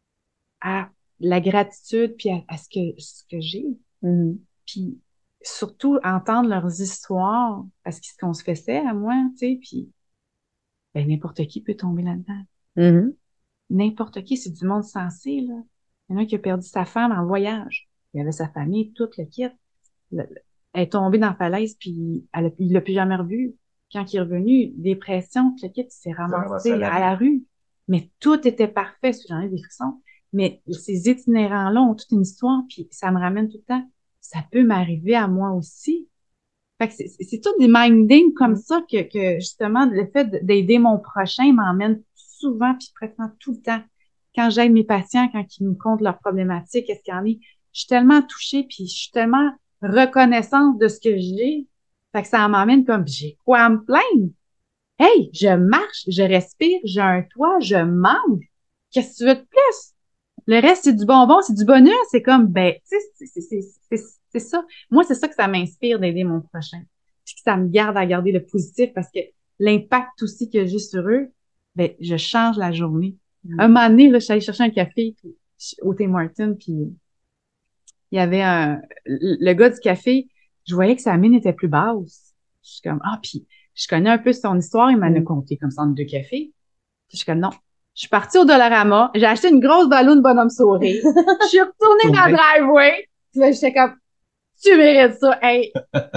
à la gratitude, puis à ce que j'ai. Mhm. Puis surtout, entendre leurs histoires, parce que ce qu'on se faisait à moi, tu sais, puis ben, n'importe qui peut tomber là-dedans. Mhm. N'importe qui, c'est du monde sensé, là. Il y en a un qui a perdu sa femme en voyage. Il avait sa famille, tout le kit. Elle est tombée dans la falaise, puis il l'a plus jamais revu. Quand il est revenu, dépression, tout le kit, il s'est C'est vraiment ça, ramassé la à rue. la rue. Mais tout était parfait, parce que j'en ai des frissons. Mais ces itinérants-là ont toute une histoire, puis ça me ramène tout le temps. Ça peut m'arriver à moi aussi. Fait que c'est tout des mindings comme ça que justement, le fait d'aider mon prochain m'emmène souvent, puis pratiquement tout le temps. Quand j'aide mes patients, quand ils me content leurs problématiques, qu'est-ce qu'il y en est, je suis tellement touchée, puis je suis tellement reconnaissante de ce que j'ai. Fait que ça m'emmène comme, j'ai quoi à me plaindre? Hey, je marche, je respire, j'ai un toit, je mange. Qu'est-ce que tu veux de plus? Le reste, c'est du bonbon, c'est du bonus. C'est comme, ben, tu sais, c'est ça. Moi, c'est ça que ça m'inspire d'aider mon prochain. Puis que ça me garde à garder le positif parce que l'impact aussi que j'ai sur eux, ben, je change la journée. Un moment donné, là, je suis allée chercher un café au Tim Hortons, puis il y avait le gars du café, je voyais que sa mine était plus basse. Je suis comme, ah, puis je connais un peu son histoire, il m'en a conté comme ça en 2 cafés. Puis je suis comme, non. Je suis partie au Dollarama, j'ai acheté une grosse ballon de bonhomme sourire. Je suis retournée dans le driveway. Puis là, j'étais comme, tu mérites ça, hey.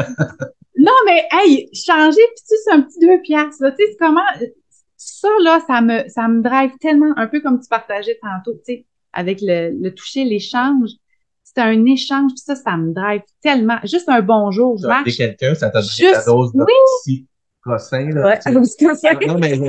Non, mais, hey, changer, puis tu sais, c'est un petit 2 piastres, là. Tu sais, c'est comment, ça, là, ça me drive tellement, un peu comme tu partageais tantôt, tu sais, avec le toucher, l'échange. C'est un échange, puis ça me drive tellement. Juste un bonjour, je Tu as aidé marche. quelqu'un, ça t'a donné ta Juste, dose oui, d'oxytocin, là, Ouais, tu sais. oxytocine. Non, mais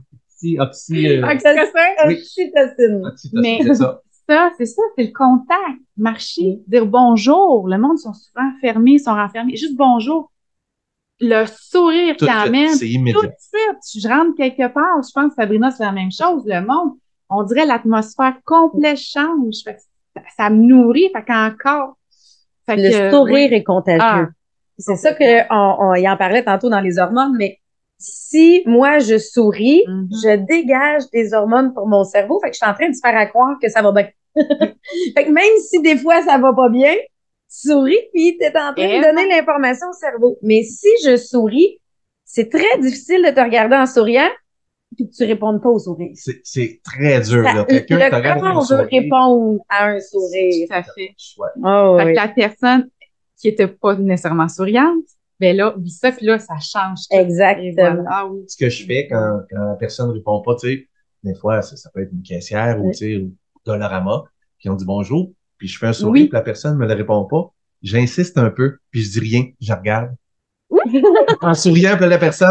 oxytocin. oui, Oxytocine. oxytocine, Mais c'est ça. c'est le contact. Marcher, Mm. dire bonjour. Le monde sont souvent fermés, sont renfermés. Juste bonjour. Le sourire Tout qui de suite, amène, c'est tout de immédiat. suite. Je rentre quelque part. Je pense que Sabrina, c'est la même chose. Le monde, on dirait l'atmosphère complète change. Fait que ça me nourrit. Fait qu'encore. Fait Le que, sourire oui. est contagieux. Ah, C'est ça complètement. que on y en parlait tantôt dans les hormones, mais si moi je souris, Mhm. je dégage des hormones pour mon cerveau, fait que je suis en train de faire à croire que ça va bien. Fait que même si des fois ça va pas bien, tu souris puis tu es en train de Et donner l'information au cerveau. Mais si je souris, c'est très difficile de te regarder en souriant puis que tu répondes pas au sourire. C'est très dur, là. Quelqu'un qui te Le regarde avec un corps veut sourire, répondre à un tout sourire. à fait. ouais. Oh, Fait que oui. la personne qui était pas nécessairement souriante, ben là, oui, ça, puis là, ça change tout. Et voilà. Exactement. Ah oui. Ce que je fais quand la personne ne répond pas, tu sais, des fois, ça peut être une caissière ou, tu sais, ou Dollarama, puis on dit bonjour, puis je fais un sourire, puis Oui. la personne ne me le répond pas. J'insiste un peu, puis je dis rien, je regarde. Oui. En souriant, puis la personne,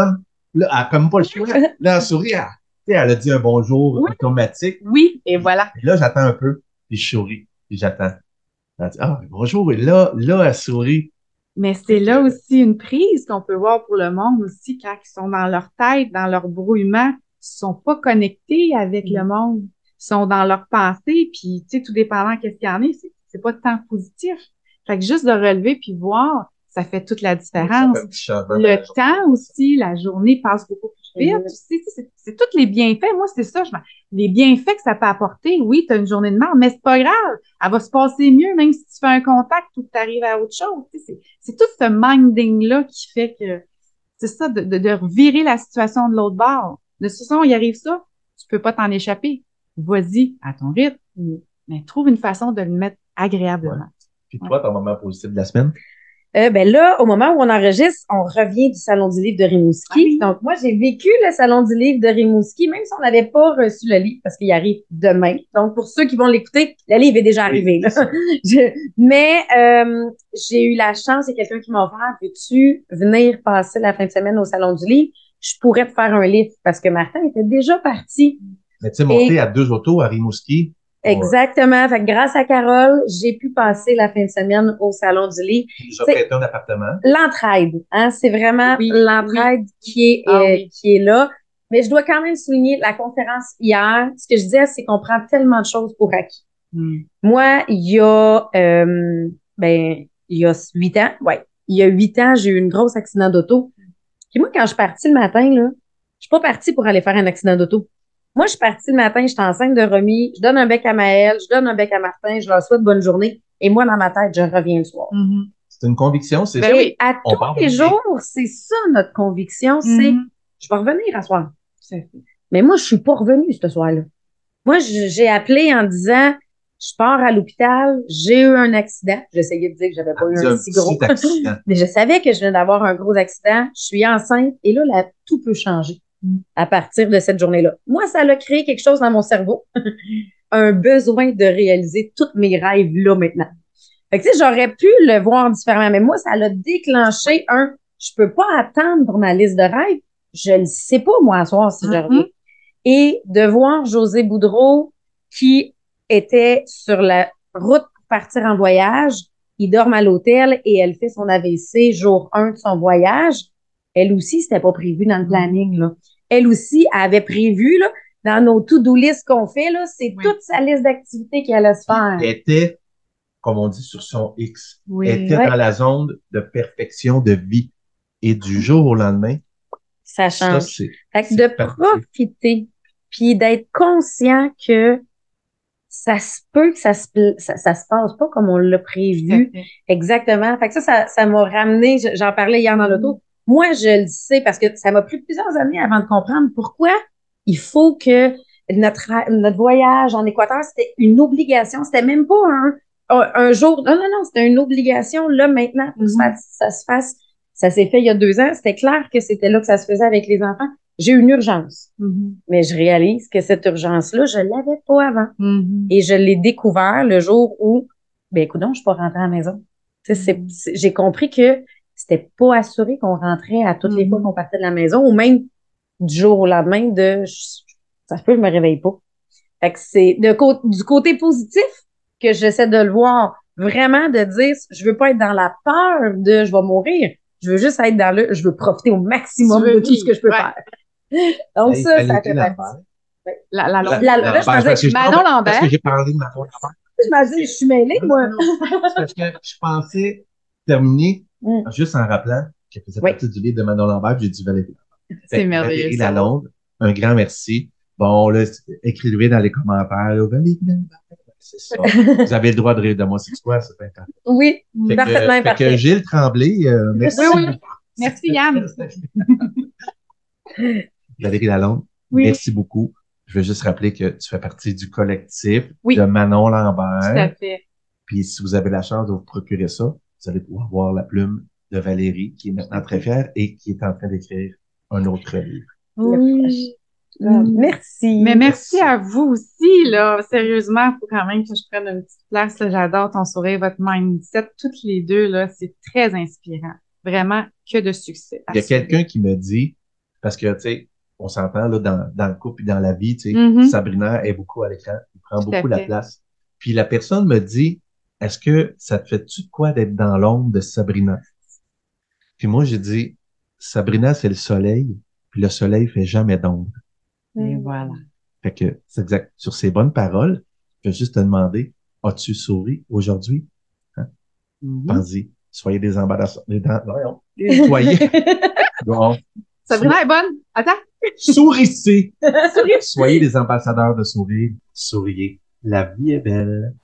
Là, elle a comme pas le choix. Là, elle sourit, elle a dit un bonjour automatique. Oui, et voilà. Et là, j'attends un peu, puis je souris, puis j'attends. Elle dit, bonjour, et là, elle sourit. Mais c'est là aussi une prise qu'on peut voir pour le monde aussi quand ils sont dans leur tête, dans leur brouillement, ils sont pas connectés avec le monde, ils sont dans leur pensée, puis tu sais, tout dépendant qu'est-ce qu'il y en a, c'est pas tant positif. Fait que juste de relever puis voir, ça fait toute la différence. Le temps aussi, la journée passe beaucoup plus vite. Tu sais, c'est tous les bienfaits. Moi, c'est ça. Les bienfaits que ça peut apporter. Oui, tu as une journée de mort, mais c'est pas grave. Elle va se passer mieux, même si tu fais un contact ou que tu arrives à autre chose. Tu sais, c'est tout ce minding-là qui fait que c'est ça, de revirer la situation de l'autre bord. De toute façon, il arrive ça, tu peux pas t'en échapper. Vas-y à ton rythme, mais trouve une façon de le mettre agréablement. Ouais. Puis toi, ton moment positif de la semaine? Ben là, au moment où on enregistre, on revient du Salon du livre de Rimouski. Oui. Donc, moi, j'ai vécu le Salon du livre de Rimouski, même si on n'avait pas reçu le livre, parce qu'il arrive demain. Donc, pour ceux qui vont l'écouter, le livre est déjà arrivé. Là. Mais j'ai eu la chance, il y a quelqu'un qui m'a offert, veux-tu venir passer la fin de semaine au Salon du livre? Je pourrais te faire un livre, parce que Martin était déjà parti. Mais tu sais, monter à 2 autos à Rimouski. Exactement. Fait que grâce à Carole, j'ai pu passer la fin de semaine au Salon du livre. Tu nous as prêté un appartement. L'entraide, hein, c'est vraiment l'entraide qui est là. Mais je dois quand même souligner la conférence hier. Ce que je disais, c'est qu'on prend tellement de choses pour acquis. Moi, il y a 8 ans, il y a 8 ans, j'ai eu une grosse accident d'auto. Puis moi, quand je suis partie le matin, là, je suis pas partie pour aller faire un accident d'auto. Moi, je suis partie le matin, j'étais enceinte de Romy, je donne un bec à Maëlle, je donne un bec à Martin, je leur souhaite bonne journée. Et moi, dans ma tête, je reviens le soir. C'est une conviction, c'est ça. Oui. À tous les jours, c'est ça notre conviction, c'est je vais revenir à soir. Mais moi, je suis pas revenue ce soir-là. Moi, j'ai appelé en disant je pars à l'hôpital, j'ai eu un accident. J'essayais de dire que j'avais pas eu un si gros. Mais je savais que je venais d'avoir un gros accident. Je suis enceinte et là, tout peut changer à partir de cette journée-là. Moi, ça a créé quelque chose dans mon cerveau, un besoin de réaliser tous mes rêves là maintenant. Fait que, tu sais, j'aurais pu le voir différemment, mais moi, ça l'a déclenché je peux pas attendre pour ma liste de rêves. Je le sais pas, moi, à soir, si je reviens. Et de voir José Boudreau, qui était sur la route pour partir en voyage, il dorme à l'hôtel et elle fait son AVC jour 1 de son voyage. Elle aussi, c'était pas prévu dans le planning, là. Elle aussi avait prévu, là, dans nos to-do list qu'on fait, là, c'est toute sa liste d'activités qu'elle allait se faire. Elle était, comme on dit, sur son X. Elle était dans la zone de perfection de vie. Et du jour au lendemain, ça change. Fait que de profiter, puis d'être conscient que ça se peut que ça se passe pas comme on l'a prévu. Exactement. Fait que ça m'a ramené, j'en parlais hier dans l'auto. Moi, je le sais parce que ça m'a pris plusieurs années avant de comprendre pourquoi il faut que notre voyage en Équateur, c'était une obligation. C'était même pas un jour. Non, c'était une obligation là maintenant pour que ça se fasse. Ça s'est fait il y a 2 ans. C'était clair que c'était là que ça se faisait avec les enfants. J'ai eu une urgence. Mais je réalise que cette urgence-là, je l'avais pas avant. Et je l'ai découvert le jour où, écoute, je suis pas rentrée à la maison. J'ai compris que c'était pas assuré qu'on rentrait à toutes les fois qu'on partait de la maison ou même du jour au lendemain ça se peut que je me réveille pas. Fait que c'est du côté positif que j'essaie de le voir. Vraiment de dire, je veux pas être dans la peur de je vais mourir. Je veux juste être je veux profiter au maximum de tout ce que je peux faire. Donc ça fait partie. Manon Lambert. Parce que j'ai parlé de Manon Lambert. Je suis mêlée, moi. Parce que je pensais terminer juste en rappelant qu'elle faisait partie du livre de Manon Lambert, j'ai dit Valérie Lalonde. C'est merveilleux. Valérie Lalonde, un grand merci. Bon, là, écrivez dans les commentaires, là, Valérie Lalonde, c'est ça. Vous avez le droit de rire de moi, c'est quoi, c'est important. Oui, parfaitement parfait. Fait que Gilles Tremblay, merci. Oui. Merci, Yann. Valérie Lalonde, merci beaucoup. Je veux juste rappeler que tu fais partie du collectif de Manon Lambert. Tout à fait. Puis si vous avez la chance de vous procurer ça, vous allez pouvoir voir la plume de Valérie, qui est maintenant très fière et qui est en train d'écrire un autre livre. Oui. Merci. Mais merci à vous aussi, là. Sérieusement, il faut quand même que je prenne une petite place. Là. J'adore ton sourire, votre mindset. Toutes les deux, là, c'est très inspirant. Vraiment, que de succès. Il y a quelqu'un qui me dit, Parce que, tu sais, on s'entend là dans le couple et dans la vie, tu sais, Mhm. Sabrina est beaucoup à l'écran, il prend Tout à beaucoup la fait. place. Puis la personne me dit, est-ce que ça te fait-tu de quoi d'être dans l'ombre de Sabrina? Puis moi, j'ai dit, Sabrina, c'est le soleil, puis le soleil fait jamais d'ombre. Et voilà. Fait que c'est exact. Sur ces bonnes paroles, je vais juste te demander, as-tu souri aujourd'hui? Hein? Mhm. Pense-y. Soyez des ambassadeurs. Voyons. Soyez. Bon. Sabrina est bonne. Attends. Sourissez. Soyez des ambassadeurs de sourire. Souriez. La vie est belle.